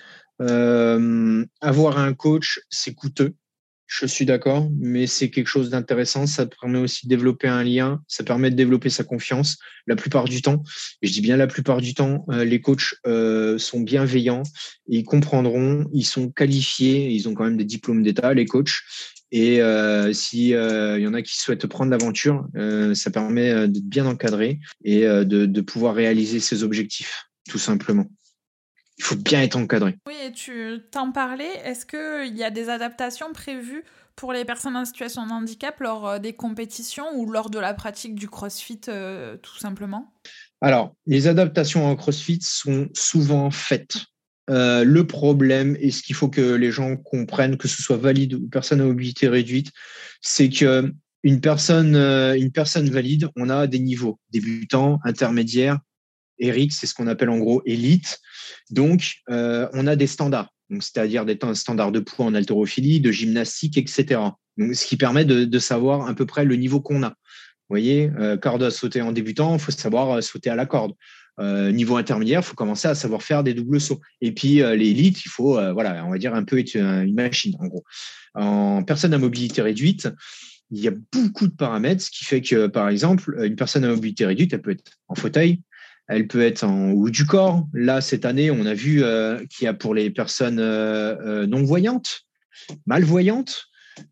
Avoir un coach, c'est coûteux. Je suis d'accord, mais c'est quelque chose d'intéressant. Ça permet aussi de développer un lien. Ça permet de développer sa confiance. La plupart du temps, et je dis bien la plupart du temps, les coachs sont bienveillants. Ils comprendront. Ils sont qualifiés. Ils ont quand même des diplômes d'État, les coachs. Et si y en a qui souhaitent prendre l'aventure, ça permet d'être bien encadré et de pouvoir réaliser ses objectifs, tout simplement. Il faut bien être encadré. Oui, et tu t'en parlais. Est-ce qu'il y a des adaptations prévues pour les personnes en situation de handicap lors des compétitions ou lors de la pratique du CrossFit, tout simplement? Alors, les adaptations en CrossFit sont souvent faites. Le problème, et ce qu'il faut que les gens comprennent, que ce soit valide ou personne à mobilité réduite, c'est que une personne valide, on a des niveaux, débutants, intermédiaires. Eric, c'est ce qu'on appelle en gros élite. Donc, on a des standards, donc, c'est-à-dire des standards de poids en haltérophilie, de gymnastique, etc. Donc, ce qui permet de savoir à peu près le niveau qu'on a. Vous voyez, corde à sauter en débutant, il faut savoir sauter à la corde. Niveau intermédiaire, il faut commencer à savoir faire des doubles sauts. Et puis, l'élite, il faut, voilà, on va dire un peu être une machine, en gros. En personne à mobilité réduite, il y a beaucoup de paramètres, ce qui fait que, par exemple, une personne à mobilité réduite, elle peut être en fauteuil, elle peut être en haut du corps. Là, cette année, on a vu qu'il y a pour les personnes non-voyantes, malvoyantes,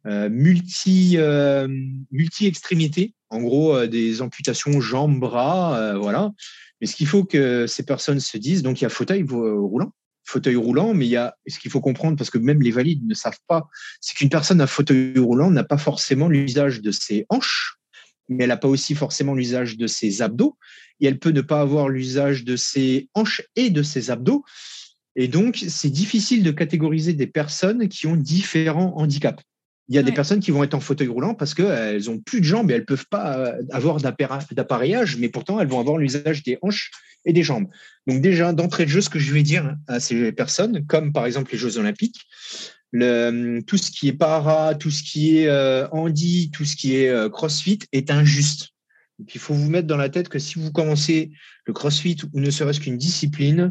multi-extrémités, en gros, des amputations jambes, bras, voilà. Mais ce qu'il faut que ces personnes se disent, donc il y a fauteuil roulant, mais il y a ce qu'il faut comprendre, parce que même les valides ne savent pas, c'est qu'une personne à fauteuil roulant n'a pas forcément l'usage de ses hanches, mais elle n'a pas aussi forcément l'usage de ses abdos, et elle peut ne pas avoir l'usage de ses hanches et de ses abdos. Et donc, c'est difficile de catégoriser des personnes qui ont différents handicaps. Il y a des Oui. personnes qui vont être en fauteuil roulant parce qu'elles n'ont plus de jambes et elles ne peuvent pas avoir d'appareillage, mais pourtant, elles vont avoir l'usage des hanches et des jambes. Donc déjà, d'entrée de jeu, ce que je vais dire à ces personnes, comme par exemple les Jeux Olympiques, tout ce qui est para, tout ce qui est handi, tout ce qui est crossfit est injuste. Donc, il faut vous mettre dans la tête que si vous commencez le crossfit ou ne serait-ce qu'une discipline,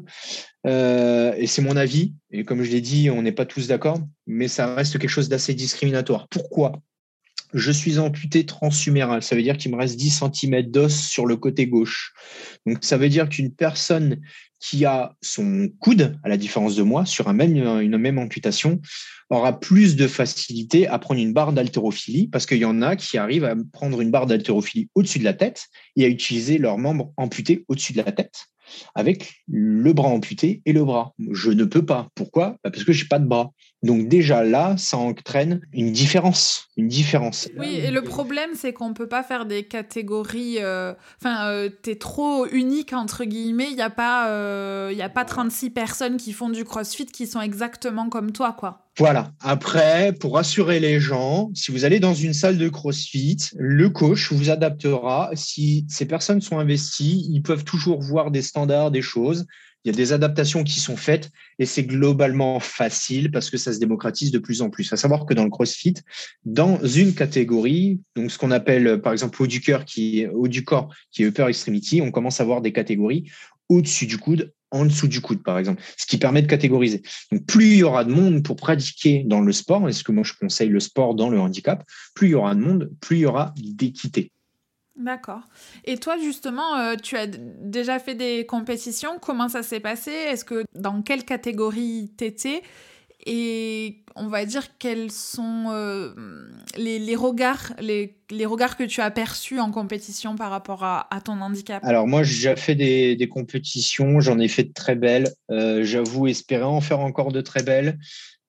et c'est mon avis, et comme je l'ai dit, on n'est pas tous d'accord, mais ça reste quelque chose d'assez discriminatoire. Pourquoi? Je suis amputé transhuméral, ça veut dire qu'il me reste 10 cm d'os sur le côté gauche. Donc ça veut dire qu'une personne qui a son coude, à la différence de moi, sur une même amputation, aura plus de facilité à prendre une barre d'haltérophilie parce qu'il y en a qui arrivent à prendre une barre d'haltérophilie au-dessus de la tête et à utiliser leurs membres amputés au-dessus de la tête avec le bras amputé et le bras. Je ne peux pas. Pourquoi? Parce que je n'ai pas de bras. Donc déjà là, ça entraîne une différence. Une différence. Oui, et le problème, c'est qu'on ne peut pas faire des catégories... t'es trop unique, entre guillemets. Il n'y a pas 36 personnes qui font du crossfit qui sont exactement comme toi, quoi. Voilà. Après, pour rassurer les gens, si vous allez dans une salle de CrossFit, le coach vous adaptera. Si ces personnes sont investies, ils peuvent toujours voir des standards, des choses. Il y a des adaptations qui sont faites et c'est globalement facile parce que ça se démocratise de plus en plus. À savoir que dans le CrossFit, dans une catégorie, donc ce qu'on appelle par exemple haut du corps qui est upper extremity, on commence à avoir des catégories au-dessus du coude, en dessous du coude, par exemple, ce qui permet de catégoriser. Donc, plus il y aura de monde pour pratiquer dans le sport, est-ce que moi je conseille le sport dans le handicap, plus il y aura de monde, plus il y aura d'équité. D'accord. Et toi, justement, tu as déjà fait des compétitions. Comment ça s'est passé? Est-ce que dans quelle catégorie t'étais? Et on va dire quels sont les regards que tu as perçus en compétition par rapport à ton handicap? Alors moi, j'ai déjà fait des compétitions, j'en ai fait de très belles. J'avoue espérer en faire encore de très belles.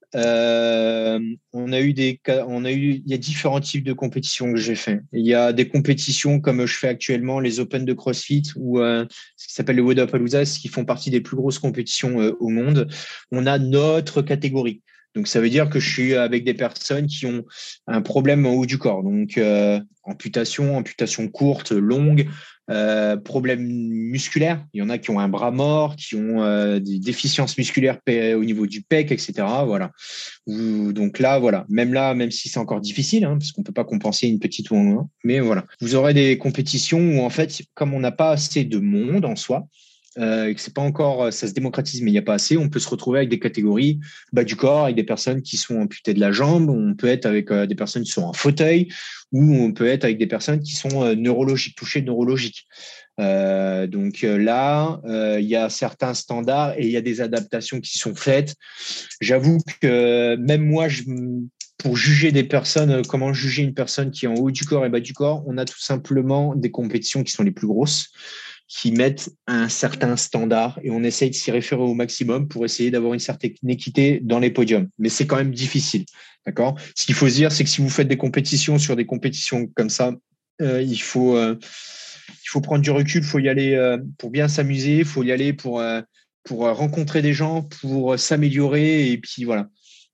Il y a différents types de compétitions que j'ai fait. Il y a des compétitions comme je fais actuellement, les Open de CrossFit ou ce qui s'appelle les Wodapalooza, qui font partie des plus grosses compétitions au monde. On a notre catégorie. Donc, ça veut dire que je suis avec des personnes qui ont un problème en haut du corps. Donc, amputation courte, longue, problème musculaire. Il y en a qui ont un bras mort, qui ont des déficiences musculaires au niveau du pec, etc. Voilà. Donc là, voilà. Même si c'est encore difficile, hein, parce qu'on ne peut pas compenser une petite ou un, mais voilà. Vous aurez des compétitions où, en fait, comme on n'a pas assez de monde en soi, et que c'est pas encore, ça se démocratise, mais il n'y a pas assez, on peut se retrouver avec des catégories bas du corps, avec des personnes qui sont amputées de la jambe, on peut être avec des personnes qui sont en fauteuil, ou on peut être avec des personnes qui sont touchées neurologiques. Donc là, il y a certains standards et il y a des adaptations qui sont faites. J'avoue que même moi, pour juger des personnes, comment juger une personne qui est en haut du corps et bas du corps, on a tout simplement des compétitions qui sont les plus grosses, qui mettent un certain standard et on essaye de s'y référer au maximum pour essayer d'avoir une certaine équité dans les podiums. Mais c'est quand même difficile. D'accord? Ce qu'il faut se dire, c'est que si vous faites des compétitions sur des compétitions comme ça, il faut prendre du recul, il faut y aller pour bien s'amuser, il faut y aller pour rencontrer des gens, pour s'améliorer. Et puis voilà.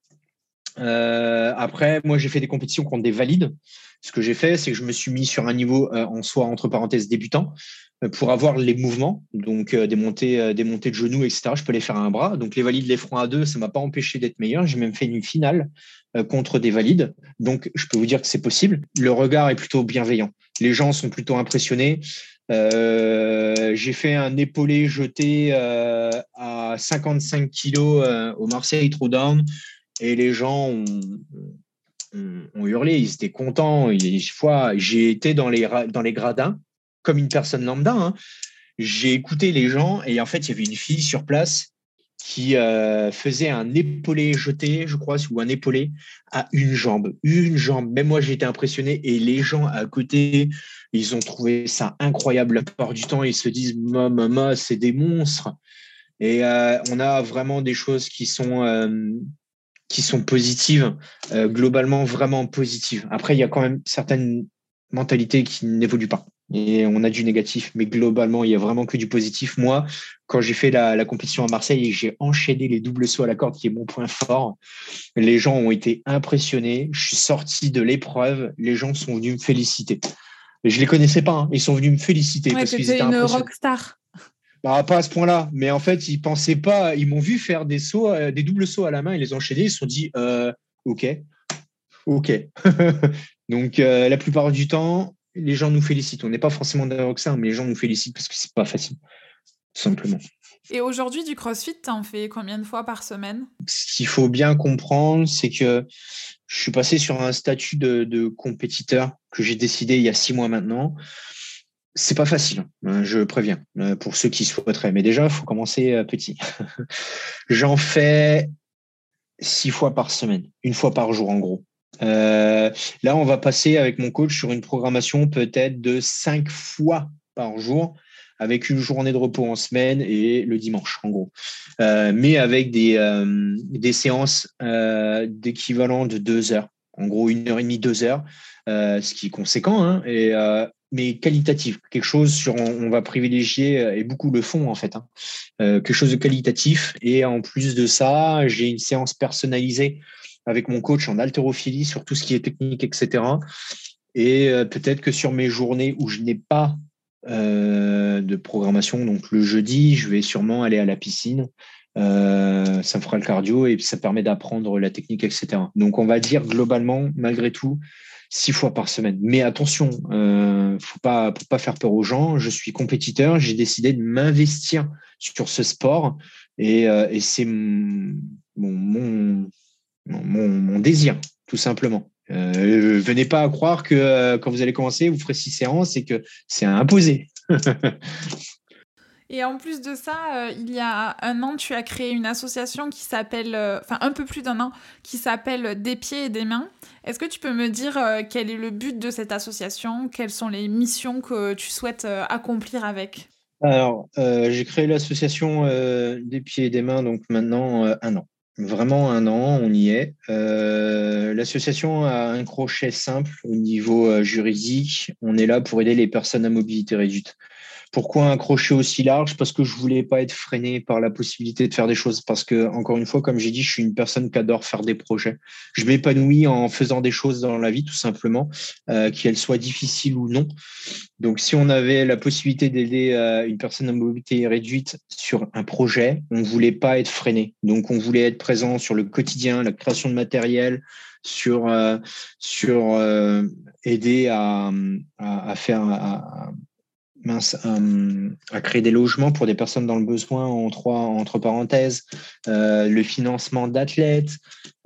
Après, moi, j'ai fait des compétitions contre des valides. Ce que j'ai fait, c'est que je me suis mis sur un niveau en soi, entre parenthèses, débutant, pour avoir les mouvements, donc des montées de genoux, etc. Je peux les faire à un bras. Donc les valides les feront à deux, ça ne m'a pas empêché d'être meilleur. J'ai même fait une finale contre des valides. Donc je peux vous dire que c'est possible. Le regard est plutôt bienveillant. Les gens sont plutôt impressionnés. J'ai fait un épaulé jeté à 55 kilos au Marseille Throwdown et les gens ont hurlé, ils étaient contents. J'ai été dans les gradins comme une personne lambda. Hein. J'ai écouté les gens et en fait, il y avait une fille sur place qui faisait un épaulé jeté, je crois, ou un épaulé à une jambe. Une jambe. Même moi, j'ai été impressionné et les gens à côté, ils ont trouvé ça incroyable. La plupart du temps, ils se disent, maman, c'est des monstres. Et on a vraiment des choses qui sont positives, globalement vraiment positives. Après, il y a quand même certaines mentalités qui n'évoluent pas. et on a du négatif. Mais globalement, il y a vraiment que du positif. Moi, quand j'ai fait la compétition à Marseille et que j'ai enchaîné les doubles sauts à la corde, qui est mon point fort, les gens ont été impressionnés. Je suis sorti de l'épreuve. Les gens sont venus me féliciter. Et je les connaissais pas, hein. Ils sont venus me féliciter Ouais, parce qu'ils t'étais étaient une impressionnés. rockstar. Bah, pas à ce point-là, mais en fait, ils pensaient pas. Ils m'ont vu faire des sauts, des doubles sauts à la main et les enchaîner. Ils se sont dit, ok, ok. Donc, la plupart du temps, les gens nous félicitent. On n'est pas forcément des rockstars, mais les gens nous félicitent parce que c'est pas facile, tout simplement. Et aujourd'hui, du CrossFit, t'en fais combien de fois par semaine? Ce qu'il faut bien comprendre, c'est que je suis passé sur un statut de compétiteur que j'ai décidé il y a 6 mois maintenant. C'est pas facile, hein, je préviens, pour ceux qui souhaiteraient. Mais déjà, il faut commencer petit. J'en fais 6 fois par semaine, une fois par jour en gros. Là, on va passer avec mon coach sur une programmation peut-être de 5 fois par jour, avec une journée de repos en semaine et le dimanche, en gros. Mais avec des séances d'équivalent de 2 heures. En gros, 1 heure et demie, 2 heures, ce qui est conséquent, hein, mais qualitatif. Quelque chose sur, on va privilégier, et beaucoup le font en fait, hein, quelque chose de qualitatif. Et en plus de ça, j'ai une séance personnalisée avec mon coach en haltérophilie sur tout ce qui est technique, etc. Et peut-être que sur mes journées où je n'ai pas de programmation, donc le jeudi, je vais sûrement aller à la piscine. Ça me fera le cardio et ça permet d'apprendre la technique, etc. Donc, on va dire globalement, malgré tout, 6 fois par semaine. Mais attention, faut pas faire peur aux gens. Je suis compétiteur, j'ai décidé de m'investir sur ce sport et c'est mon désir, tout simplement. Venez pas à croire que quand vous allez commencer, vous ferez 6 séances et que c'est imposé. Et en plus de ça, il y a un an, tu as créé une association qui s'appelle, enfin un peu plus d'un an, qui s'appelle Des pieds et des mains. Est-ce que tu peux me dire quel est le but de cette association? Quelles sont les missions que tu souhaites accomplir avec? Alors, j'ai créé l'association des pieds et des mains, donc maintenant 1 an. Vraiment 1 an, on y est. L'association a un crochet simple au niveau juridique. On est là pour aider les personnes à mobilité réduite. Pourquoi un crochet aussi large? Parce que je voulais pas être freiné par la possibilité de faire des choses. Parce que, encore une fois, comme j'ai dit, je suis une personne qui adore faire des projets. Je m'épanouis en faisant des choses dans la vie, tout simplement, qu'elles soient difficiles ou non. Donc, si on avait la possibilité d'aider une personne à mobilité réduite sur un projet, on ne voulait pas être freiné. Donc, on voulait être présent sur le quotidien, la création de matériel, sur aider à faire à créer des logements pour des personnes dans le besoin entre parenthèses, le financement d'athlètes,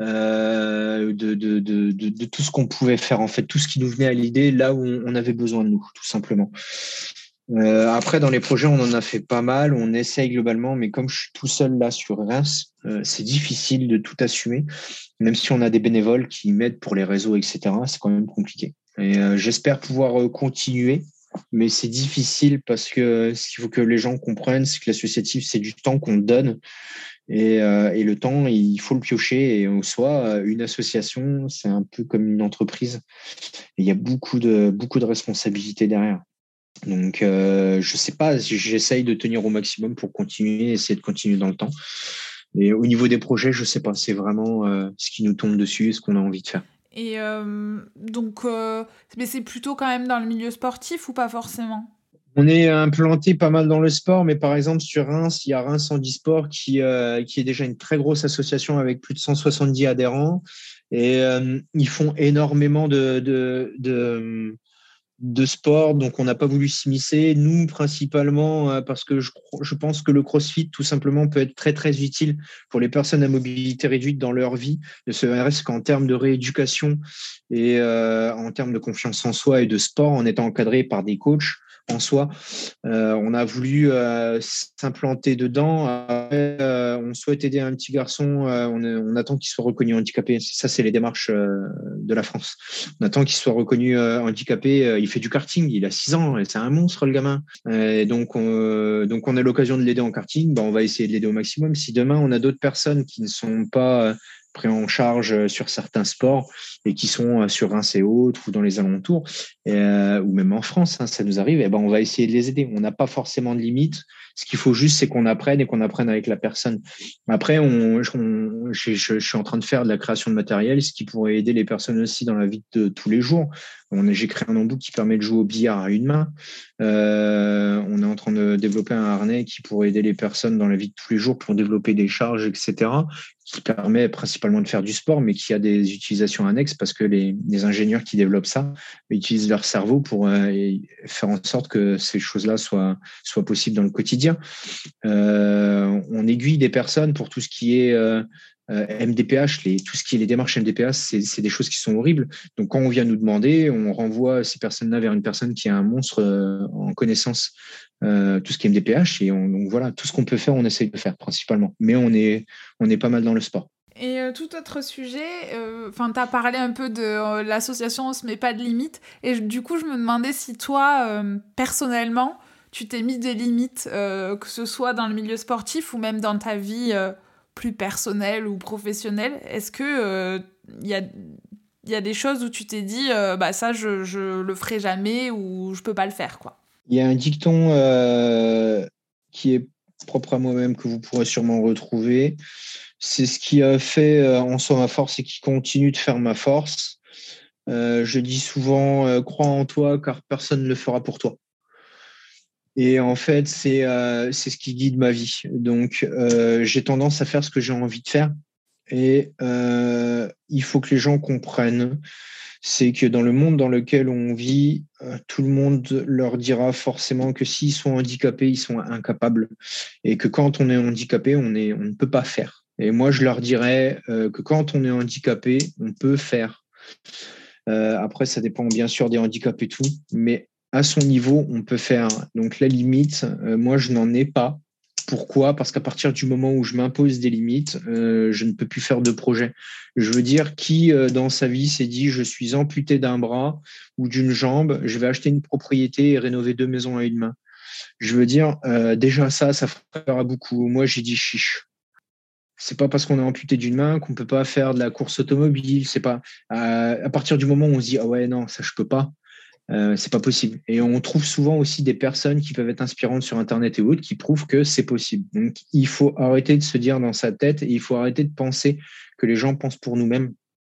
de tout ce qu'on pouvait faire, en fait, tout ce qui nous venait à l'idée là où on avait besoin de nous, tout simplement. Après, dans les projets, on en a fait pas mal, on essaye globalement, mais comme je suis tout seul là sur Reims, c'est difficile de tout assumer, même si on a des bénévoles qui m'aident pour les réseaux, etc., c'est quand même compliqué. Et j'espère pouvoir continuer, mais c'est difficile parce que ce qu'il faut que les gens comprennent, c'est que l'associatif, c'est du temps qu'on donne et le temps, il faut le piocher. Et en soi, une association, c'est un peu comme une entreprise. Et il y a beaucoup de responsabilités derrière. Donc, je sais pas, j'essaye de tenir au maximum pour continuer, essayer de continuer dans le temps. Et au niveau des projets, je sais pas, c'est vraiment ce qui nous tombe dessus, ce qu'on a envie de faire. Et donc, mais c'est plutôt quand même dans le milieu sportif ou pas forcément? On est implanté pas mal dans le sport, mais par exemple sur Reims, il y a Reims Handisport qui est déjà une très grosse association avec plus de 170 adhérents. Et ils font énormément de sport, donc on n'a pas voulu s'immiscer. Nous, principalement, parce que je pense que le CrossFit, tout simplement, peut être très, très utile pour les personnes à mobilité réduite dans leur vie, ne serait-ce qu'en termes de rééducation et en termes de confiance en soi et de sport, en étant encadré par des coachs en soi. On a voulu s'implanter dedans. On souhaite aider un petit garçon. On attend qu'il soit reconnu handicapé. Ça, c'est les démarches de la France. On attend qu'il soit reconnu handicapé. Il fait du karting. Il a 6 ans. Et c'est un monstre, le gamin. Donc, on a l'occasion de l'aider en karting. Ben, on va essayer de l'aider au maximum. Si demain, on a d'autres personnes qui ne sont pas pris en charge sur certains sports et qui sont sur Reims et autres ou dans les alentours, ou même en France, hein, ça nous arrive, et ben on va essayer de les aider. On n'a pas forcément de limite. Ce qu'il faut juste, c'est qu'on apprenne et qu'on apprenne avec la personne. Après, je suis en train de faire de la création de matériel, ce qui pourrait aider les personnes aussi dans la vie de tous les jours. J'ai créé un embout qui permet de jouer au billard à une main. On est en train de développer un harnais qui pourrait aider les personnes dans la vie de tous les jours pour développer des charges, etc., qui permet principalement de faire du sport, mais qui a des utilisations annexes parce que les ingénieurs qui développent ça utilisent leur cerveau pour faire en sorte que ces choses-là soient possibles dans le quotidien. On aiguille des personnes pour tout ce qui est MDPH, tout ce qui est les démarches MDPH, c'est des choses qui sont horribles. Donc, quand on vient nous demander, on renvoie ces personnes-là vers une personne qui a un monstre en connaissance, tout ce qui est MDPH. Et donc, voilà, tout ce qu'on peut faire, on essaye de faire principalement. Mais on est pas mal dans le sport. Et tout autre sujet, tu as parlé un peu de l'association On se met pas de limites. Et du coup, je me demandais si toi, personnellement, tu t'es mis des limites, que ce soit dans le milieu sportif ou même dans ta vie plus personnelle ou professionnelle. Est-ce que y a des choses où tu t'es dit ça, je le ferai jamais ou je peux pas le faire, quoi? Il y a un dicton qui est propre à moi-même que vous pourrez sûrement retrouver. C'est ce qui a fait en soi ma force et qui continue de faire ma force. Je dis souvent, crois en toi car personne ne le fera pour toi. Et en fait, c'est ce qui guide ma vie. Donc, j'ai tendance à faire ce que j'ai envie de faire. Et il faut que les gens comprennent, c'est que dans le monde dans lequel on vit, tout le monde leur dira forcément que s'ils sont handicapés, ils sont incapables. Et que quand on est handicapé, on ne peut pas faire. Et moi, je leur dirais que quand on est handicapé, on peut faire. Après, ça dépend bien sûr des handicaps et tout, mais à son niveau, on peut faire. Donc la limite, moi, je n'en ai pas. Pourquoi ? Parce qu'à partir du moment où je m'impose des limites, je ne peux plus faire de projet. Je veux dire, qui dans sa vie s'est dit je suis amputé d'un bras ou d'une jambe, je vais acheter une propriété et rénover 2 maisons à une main. Je veux dire, déjà ça fera beaucoup. Moi, j'ai dit chiche. C'est pas parce qu'on est amputé d'une main qu'on peut pas faire de la course automobile. C'est pas à partir du moment où on se dit ah ouais non ça je peux pas. C'est pas possible. Et on trouve souvent aussi des personnes qui peuvent être inspirantes sur Internet et autres qui prouvent que c'est possible. Donc, il faut arrêter de se dire dans sa tête et il faut arrêter de penser que les gens pensent pour nous-mêmes.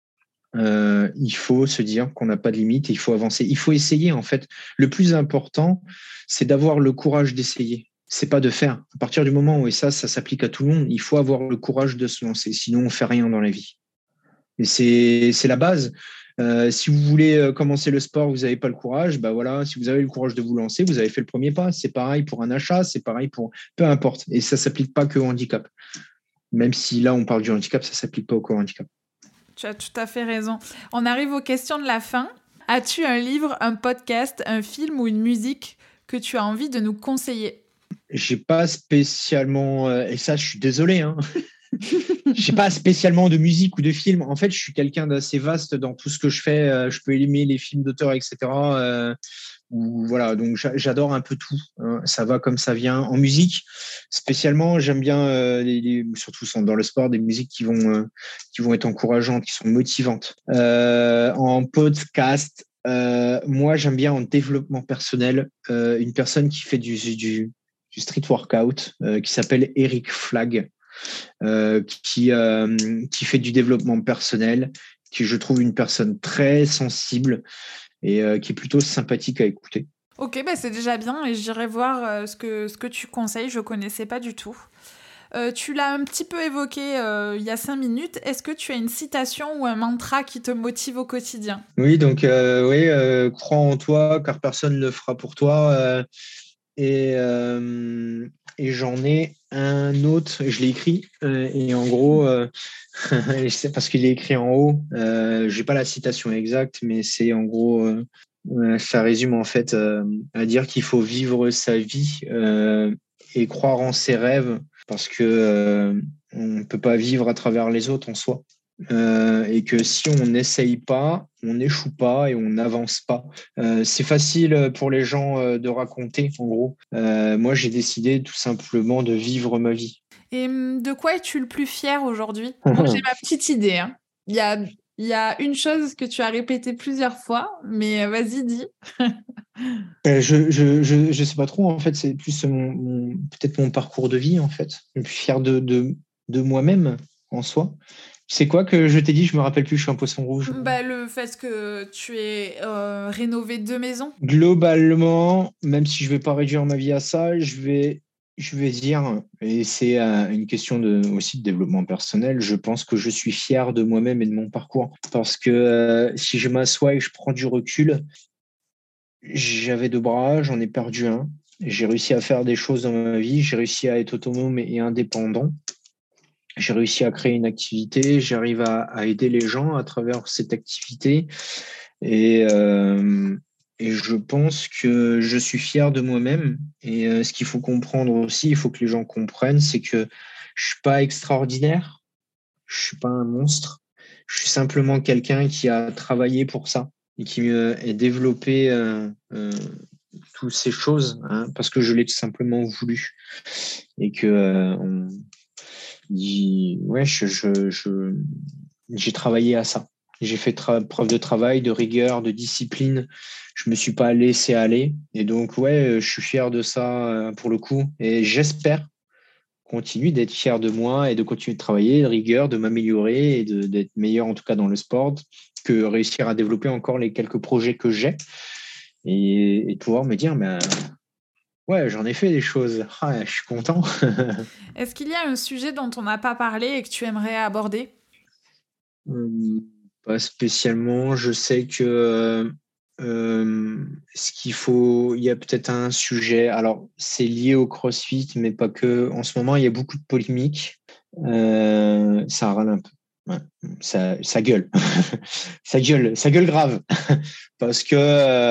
Il faut se dire qu'on n'a pas de limite et il faut avancer. Il faut essayer, en fait. Le plus important, c'est d'avoir le courage d'essayer. C'est pas de faire. À partir du moment où, et ça s'applique à tout le monde, il faut avoir le courage de se lancer. Sinon, on fait rien dans la vie. Et c'est la base. Si vous voulez commencer le sport, vous n'avez pas le courage, bah voilà, si vous avez le courage de vous lancer, vous avez fait le premier pas. C'est pareil pour un achat, c'est pareil pour peu importe. Et ça ne s'applique pas que au handicap. Même si là, on parle du handicap, ça ne s'applique pas au handicap. Tu as tout à fait raison. On arrive aux questions de la fin. As-tu un livre, un podcast, un film ou une musique que tu as envie de nous conseiller ? J'ai pas spécialement, et ça, je suis désolé, hein. J'ai pas spécialement de musique ou de film. En fait, je suis quelqu'un d'assez vaste dans tout ce que je fais. Je peux aimer les films d'auteur, etc. Voilà, donc j'adore un peu tout. Hein. Ça va comme ça vient. En musique, spécialement, j'aime bien surtout dans le sport, des musiques qui vont être encourageantes, qui sont motivantes. En podcast, moi, j'aime bien en développement personnel une personne qui fait du street workout qui s'appelle Eric Flagg. Qui fait du développement personnel, qui je trouve une personne très sensible et qui est plutôt sympathique à écouter. Ok, c'est déjà bien et j'irai voir ce que tu conseilles, je ne connaissais pas du tout. Tu l'as un petit peu évoqué il y a 5 minutes. Est-ce que tu as une citation ou un mantra qui te motive au quotidien ? Oui, donc crois en toi car personne ne le fera pour toi. Et j'en ai un autre, je l'ai écrit, et en gros, c'est parce qu'il est écrit en haut, je n'ai pas la citation exacte, mais c'est en gros, ça résume en fait à dire qu'il faut vivre sa vie et croire en ses rêves, parce que on ne peut pas vivre à travers les autres en soi. et que si on n'essaye pas, on n'échoue pas et on n'avance pas. C'est facile pour les gens de raconter, en gros. Moi, j'ai décidé tout simplement de vivre ma vie. Et de quoi es-tu le plus fier aujourd'hui? Moi, j'ai ma petite idée, hein. Il y a une chose que tu as répétée plusieurs fois, mais vas-y, dis. Je sais pas trop, en fait, c'est plus peut-être mon parcours de vie, en fait. Je suis fier de moi-même, en soi. C'est quoi que je t'ai dit? Je me rappelle plus, je suis un poisson rouge. Bah, le fait que tu aies rénové 2 maisons. Globalement, même si je vais pas réduire ma vie à ça, je vais dire, et c'est une question aussi de développement personnel, je pense que je suis fier de moi-même et de mon parcours. Parce que si je m'assois et je prends du recul, j'avais 2 bras, j'en ai perdu un. J'ai réussi à faire des choses dans ma vie, j'ai réussi à être autonome et indépendant. J'ai réussi à créer une activité, j'arrive à aider les gens à travers cette activité. Et, euh, et je pense que je suis fier de moi-même. Et ce qu'il faut comprendre aussi, il faut que les gens comprennent, c'est que je suis pas extraordinaire, je suis pas un monstre. Je suis simplement quelqu'un qui a travaillé pour ça et qui a développé toutes ces choses, hein, parce que je l'ai tout simplement voulu. Et que ouais, j'ai travaillé à ça. J'ai fait preuve de travail, de rigueur, de discipline. Je me suis pas laissé aller. Et donc, ouais, je suis fier de ça pour le coup. Et j'espère continuer d'être fier de moi et de continuer de travailler, de rigueur, de m'améliorer et d'être meilleur en tout cas dans le sport, que réussir à développer encore les quelques projets que j'ai et de pouvoir me dire, ben, ouais, j'en ai fait des choses. Ah, je suis content. Est-ce qu'il y a un sujet dont on n'a pas parlé et que tu aimerais aborder? Pas spécialement. Je sais que ce qu'il faut, il y a peut-être un sujet. Alors, c'est lié au CrossFit, mais pas que. En ce moment, il y a beaucoup de polémiques. Ça râle un peu. Ouais. Ça gueule. Ça gueule grave. Parce que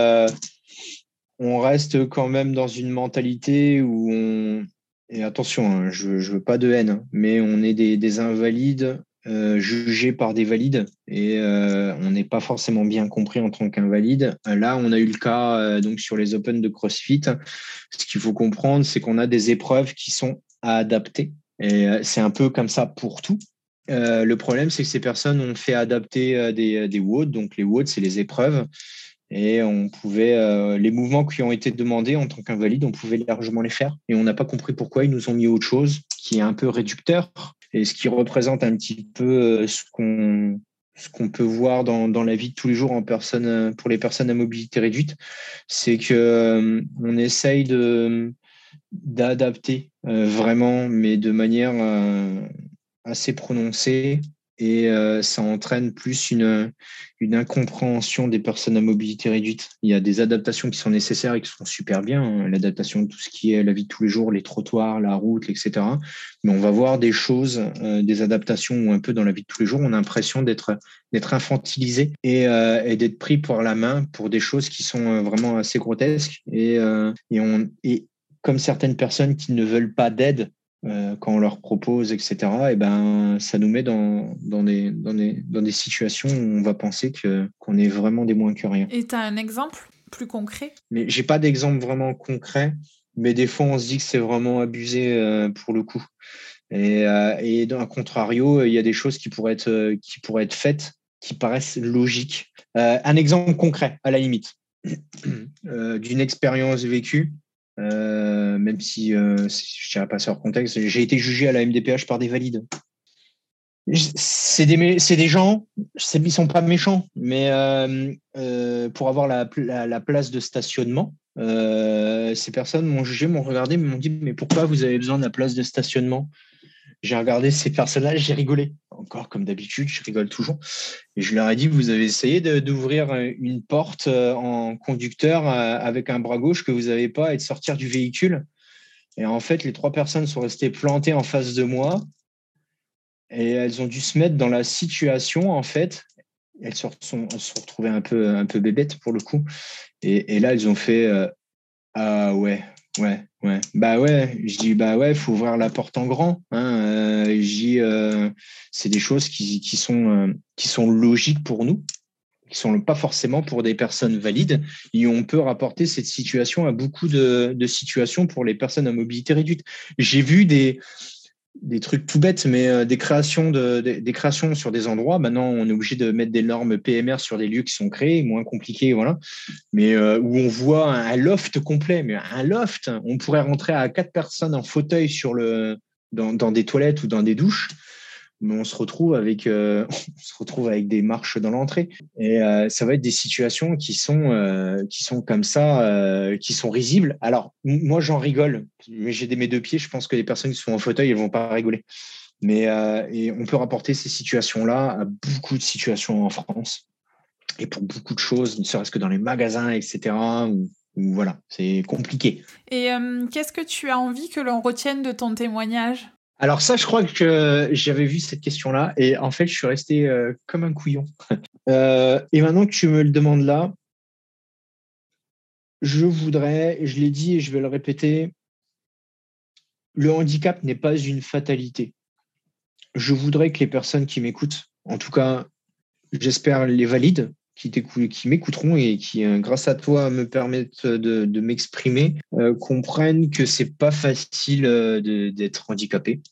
on reste quand même dans une mentalité où on. Et attention, hein, je veux pas de haine, hein, mais on est des invalides jugés par des valides et on n'est pas forcément bien compris en tant qu'invalide. Là, on a eu le cas donc sur les Open de CrossFit. Ce qu'il faut comprendre, c'est qu'on a des épreuves qui sont à adapter. Et c'est un peu comme ça pour tout. Le problème, c'est que ces personnes ont fait adapter des WOD. Donc, les WOD, c'est les épreuves. Et on pouvait, les mouvements qui ont été demandés en tant qu'invalide, on pouvait largement les faire. Et on n'a pas compris pourquoi ils nous ont mis autre chose qui est un peu réducteur et ce qui représente un petit peu ce qu'on peut voir dans la vie de tous les jours en personne, pour les personnes à mobilité réduite, c'est que on essaye d'adapter vraiment, mais de manière assez prononcée. Et ça entraîne plus une incompréhension des personnes à mobilité réduite. Il y a des adaptations qui sont nécessaires et qui sont super bien, hein. L'adaptation de tout ce qui est la vie de tous les jours, les trottoirs, la route, etc. Mais on va voir des choses, des adaptations où un peu dans la vie de tous les jours, on a l'impression d'être infantilisé et d'être pris par la main pour des choses qui sont vraiment assez grotesques. Et comme certaines personnes qui ne veulent pas d'aide, quand on leur propose, etc., et ben, ça nous met dans des situations où on va penser qu'on est vraiment des moins que rien. Et tu as un exemple plus concret? Mais j'ai pas d'exemple vraiment concret, mais des fois, on se dit que c'est vraiment abusé pour le coup. Et à contrario, il y a des choses qui pourraient être faites qui paraissent logiques. Un exemple concret, à la limite, d'une expérience vécue. Même si je ne dirais pas ça hors contexte, j'ai été jugé à la MDPH par des valides. C'est des gens, ils ne sont pas méchants, mais pour avoir la place de stationnement, ces personnes m'ont jugé, m'ont regardé, m'ont dit mais pourquoi vous avez besoin de la place de stationnement? J'ai regardé ces personnages, j'ai rigolé. Encore comme d'habitude, je rigole toujours. Et je leur ai dit, vous avez essayé d'ouvrir une porte en conducteur avec un bras gauche que vous n'avez pas et de sortir du véhicule. Et en fait, les 3 personnes sont restées plantées en face de moi et elles ont dû se mettre dans la situation, en fait. Elles se sont retrouvées un peu bébêtes pour le coup. Et là, elles ont fait, ah ouais, Ouais, ouais. Bah ouais, je dis bah ouais, faut ouvrir la porte en grand. Hein. Je dis c'est des choses qui sont logiques pour nous, qui sont pas forcément pour des personnes valides. Et on peut rapporter cette situation à beaucoup de situations pour les personnes à mobilité réduite. J'ai vu des trucs tout bêtes, mais des créations sur des endroits. Maintenant, on est obligé de mettre des normes PMR sur des lieux qui sont créés, moins compliqués, voilà. Mais où on voit un loft complet, mais un loft, on pourrait rentrer à 4 personnes en fauteuil dans des toilettes ou dans des douches, mais on se retrouve avec des marches dans l'entrée. Et ça va être des situations qui sont comme ça, qui sont risibles. Alors, moi, j'en rigole, mais j'ai mes 2 pieds. Je pense que les personnes qui sont en fauteuil, elles vont pas rigoler. Mais et on peut rapporter ces situations-là à beaucoup de situations en France et pour beaucoup de choses, ne serait-ce que dans les magasins, etc. Où voilà, c'est compliqué. Et qu'est-ce que tu as envie que l'on retienne de ton témoignage? Alors ça, je crois que j'avais vu cette question-là et en fait, je suis resté comme un couillon. Et maintenant que tu me le demandes là, je voudrais, je l'ai dit et je vais le répéter, le handicap n'est pas une fatalité. Je voudrais que les personnes qui m'écoutent, en tout cas, j'espère les valides, qui m'écouteront et qui, grâce à toi, me permettent de m'exprimer, comprennent que c'est pas facile d'être handicapé.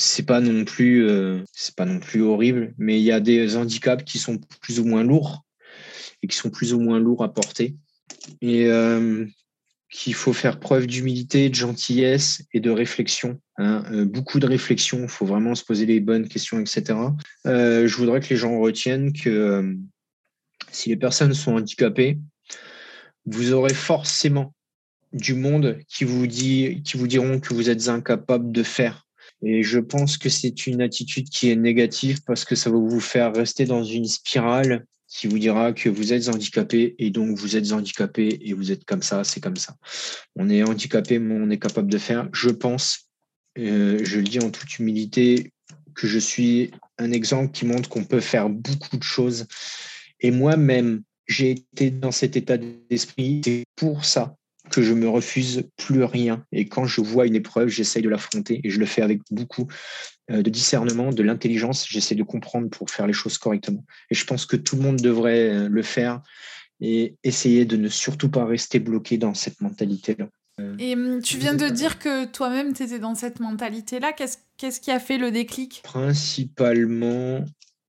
C'est pas non plus horrible, mais il y a des handicaps qui sont plus ou moins lourds et qui sont plus ou moins lourds à porter. Et qu'il faut faire preuve d'humilité, de gentillesse et de réflexion. Hein. Beaucoup de réflexion, il faut vraiment se poser les bonnes questions, etc. Je voudrais que les gens retiennent que si les personnes sont handicapées, vous aurez forcément du monde qui vous diront que vous êtes incapable de faire. Et je pense que c'est une attitude qui est négative parce que ça va vous faire rester dans une spirale qui vous dira que vous êtes handicapé et donc vous êtes handicapé et vous êtes comme ça, c'est comme ça. On est handicapé, mais on est capable de faire. Je pense, je le dis en toute humilité, que je suis un exemple qui montre qu'on peut faire beaucoup de choses. Et moi-même, j'ai été dans cet état d'esprit. C'est pour ça que je me refuse plus rien. Et quand je vois une épreuve, j'essaye de l'affronter et je le fais avec beaucoup de discernement, de l'intelligence. J'essaie de comprendre pour faire les choses correctement. Et je pense que tout le monde devrait le faire et essayer de ne surtout pas rester bloqué dans cette mentalité-là. Et tu viens de dire que toi-même, tu étais dans cette mentalité-là. Qu'est-ce qui a fait le déclic? Principalement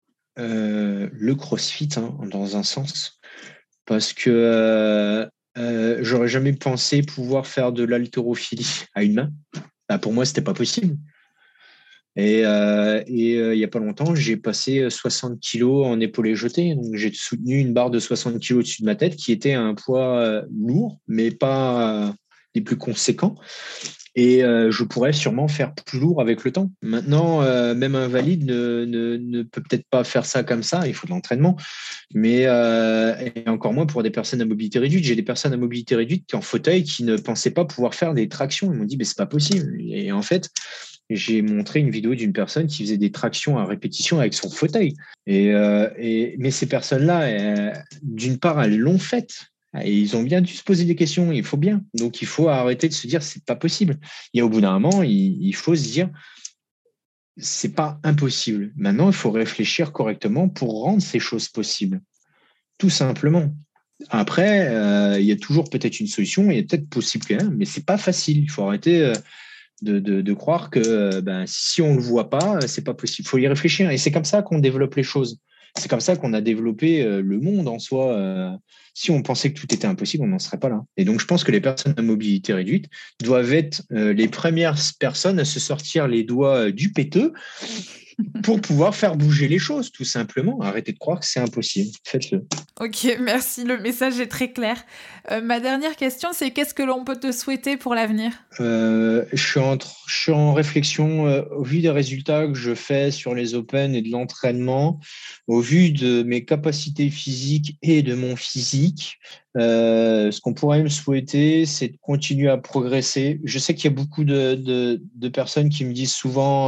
le CrossFit, hein, dans un sens, parce que j'aurais jamais pensé pouvoir faire de l'haltérophilie à une main. Bah, pour moi, c'était pas possible. Et il y a pas longtemps, j'ai passé 60 kilos en épaulé jeté. Donc, j'ai soutenu une barre de 60 kilos au-dessus de ma tête, qui était un poids lourd, mais pas les plus conséquents. Et je pourrais sûrement faire plus lourd avec le temps. Maintenant, même un valide ne peut peut-être pas faire ça comme ça, il faut de l'entraînement, mais et encore moins pour des personnes à mobilité réduite. J'ai des personnes à mobilité réduite qui en fauteuil qui ne pensaient pas pouvoir faire des tractions. Ils m'ont dit, mais c'est pas possible. Et en fait, j'ai montré une vidéo d'une personne qui faisait des tractions à répétition avec son fauteuil. Mais ces personnes-là, d'une part, elles l'ont fait. Et ils ont bien dû se poser des questions. Il faut bien. Donc, il faut arrêter de se dire c'est pas possible. Et au bout d'un moment, il faut se dire c'est pas impossible. Maintenant, il faut réfléchir correctement pour rendre ces choses possibles. Tout simplement. Après, il y a toujours peut-être une solution. Il est peut-être possible qu'il y en ait, mais c'est pas facile. Il faut arrêter de croire que si on ne le voit pas, c'est pas possible. Il faut y réfléchir. Et c'est comme ça qu'on développe les choses. C'est comme ça qu'on a développé le monde en soi. Si on pensait que tout était impossible, on n'en serait pas là. Et donc, je pense que les personnes à mobilité réduite doivent être les premières personnes à se sortir les doigts du péteux pour pouvoir faire bouger les choses, tout simplement. Arrêtez de croire que c'est impossible. Faites-le. Ok, merci, le message est très clair. Ma dernière question, c'est qu'est-ce que l'on peut te souhaiter pour l'avenir? Je suis en réflexion au vu des résultats que je fais sur les Open et de l'entraînement, au vu de mes capacités physiques et de mon physique. Ce qu'on pourrait me souhaiter, c'est de continuer à progresser. Je sais qu'il y a beaucoup de personnes qui me disent souvent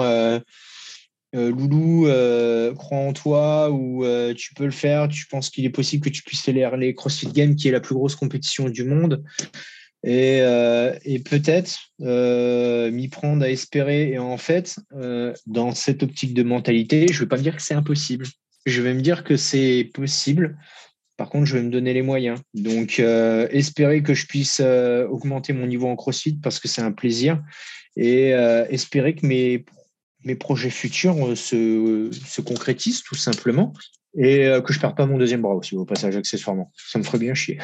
Loulou, crois en toi ou tu peux le faire. Tu penses qu'il est possible que tu puisses faire les CrossFit Games, qui est la plus grosse compétition du monde. et peut-être m'y prendre à espérer. Et en fait, dans cette optique de mentalité, je ne vais pas me dire que c'est impossible. Je vais me dire que c'est possible. Par contre, je vais me donner les moyens. Donc, espérer que je puisse augmenter mon niveau en CrossFit parce que c'est un plaisir et espérer que mes projets futurs se concrétisent tout simplement et que je ne perde pas mon deuxième bras aussi au passage accessoirement. Ça me ferait bien chier.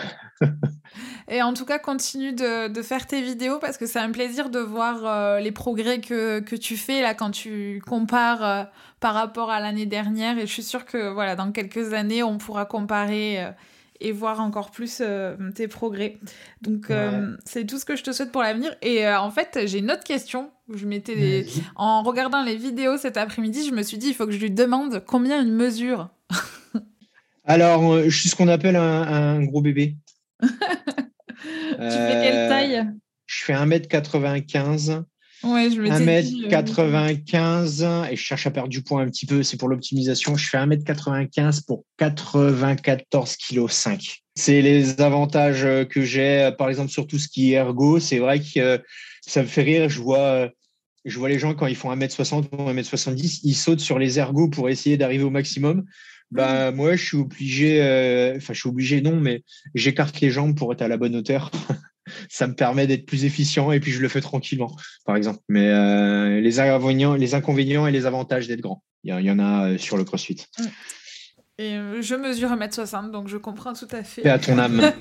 Et en tout cas, continue de faire tes vidéos parce que c'est un plaisir de voir les progrès que tu fais là quand tu compares par rapport à l'année dernière. Et je suis sûre que voilà, dans quelques années, on pourra comparer et voir encore plus tes progrès. Donc, c'est tout ce que je te souhaite pour l'avenir. Et en fait, j'ai une autre question. En regardant les vidéos cet après-midi, je me suis dit, il faut que je lui demande combien il mesure. Alors, je suis ce qu'on appelle un gros bébé. Tu fais quelle taille? Je fais 1m95. Ouais, je m'étais dit, 1m95 et je cherche à perdre du poids un petit peu, c'est pour l'optimisation. Je fais 1m95 pour 94,5 kg. C'est les avantages que j'ai, par exemple, sur tout ce qui est ergo. C'est vrai que ça me fait rire. Je vois les gens quand ils font 1m60 ou 1m70, ils sautent sur les ergos pour essayer d'arriver au maximum. Bah, moi, je suis obligé, non, mais j'écarte les jambes pour être à la bonne hauteur. Ça me permet d'être plus efficient et puis je le fais tranquillement, par exemple. Mais les inconvénients et les avantages d'être grand, il y en a sur le CrossFit. Et je mesure 1m60, donc je comprends tout à fait. Et à ton âme.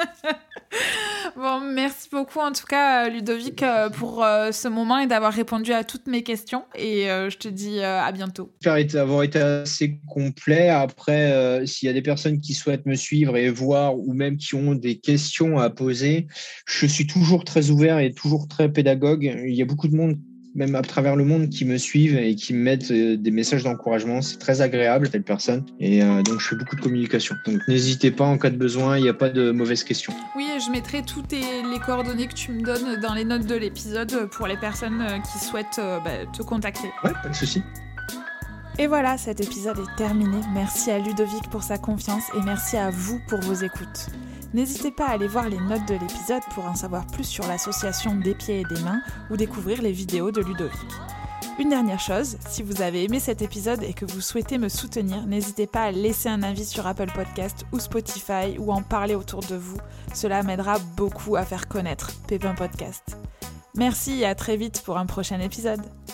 Bon, merci beaucoup en tout cas Ludovic pour ce moment et d'avoir répondu à toutes mes questions et je te dis à bientôt. J'espère avoir été assez complet. Après, s'il y a des personnes qui souhaitent me suivre et voir ou même qui ont des questions à poser, je suis toujours très ouvert et toujours très pédagogue. Il y a beaucoup de monde, même à travers le monde, qui me suivent et qui me mettent des messages d'encouragement. C'est très agréable, telle personne. Et donc, je fais beaucoup de communication. Donc, n'hésitez pas en cas de besoin. Il n'y a pas de mauvaises questions. Oui, je mettrai toutes les coordonnées que tu me donnes dans les notes de l'épisode pour les personnes qui souhaitent te contacter. Ouais, pas de souci. Et voilà, cet épisode est terminé. Merci à Ludovic pour sa confiance et merci à vous pour vos écoutes. N'hésitez pas à aller voir les notes de l'épisode pour en savoir plus sur l'association des pieds et des mains ou découvrir les vidéos de Ludovic. Une dernière chose, si vous avez aimé cet épisode et que vous souhaitez me soutenir, n'hésitez pas à laisser un avis sur Apple Podcast ou Spotify ou en parler autour de vous. Cela m'aidera beaucoup à faire connaître Pépin Podcast. Merci et à très vite pour un prochain épisode.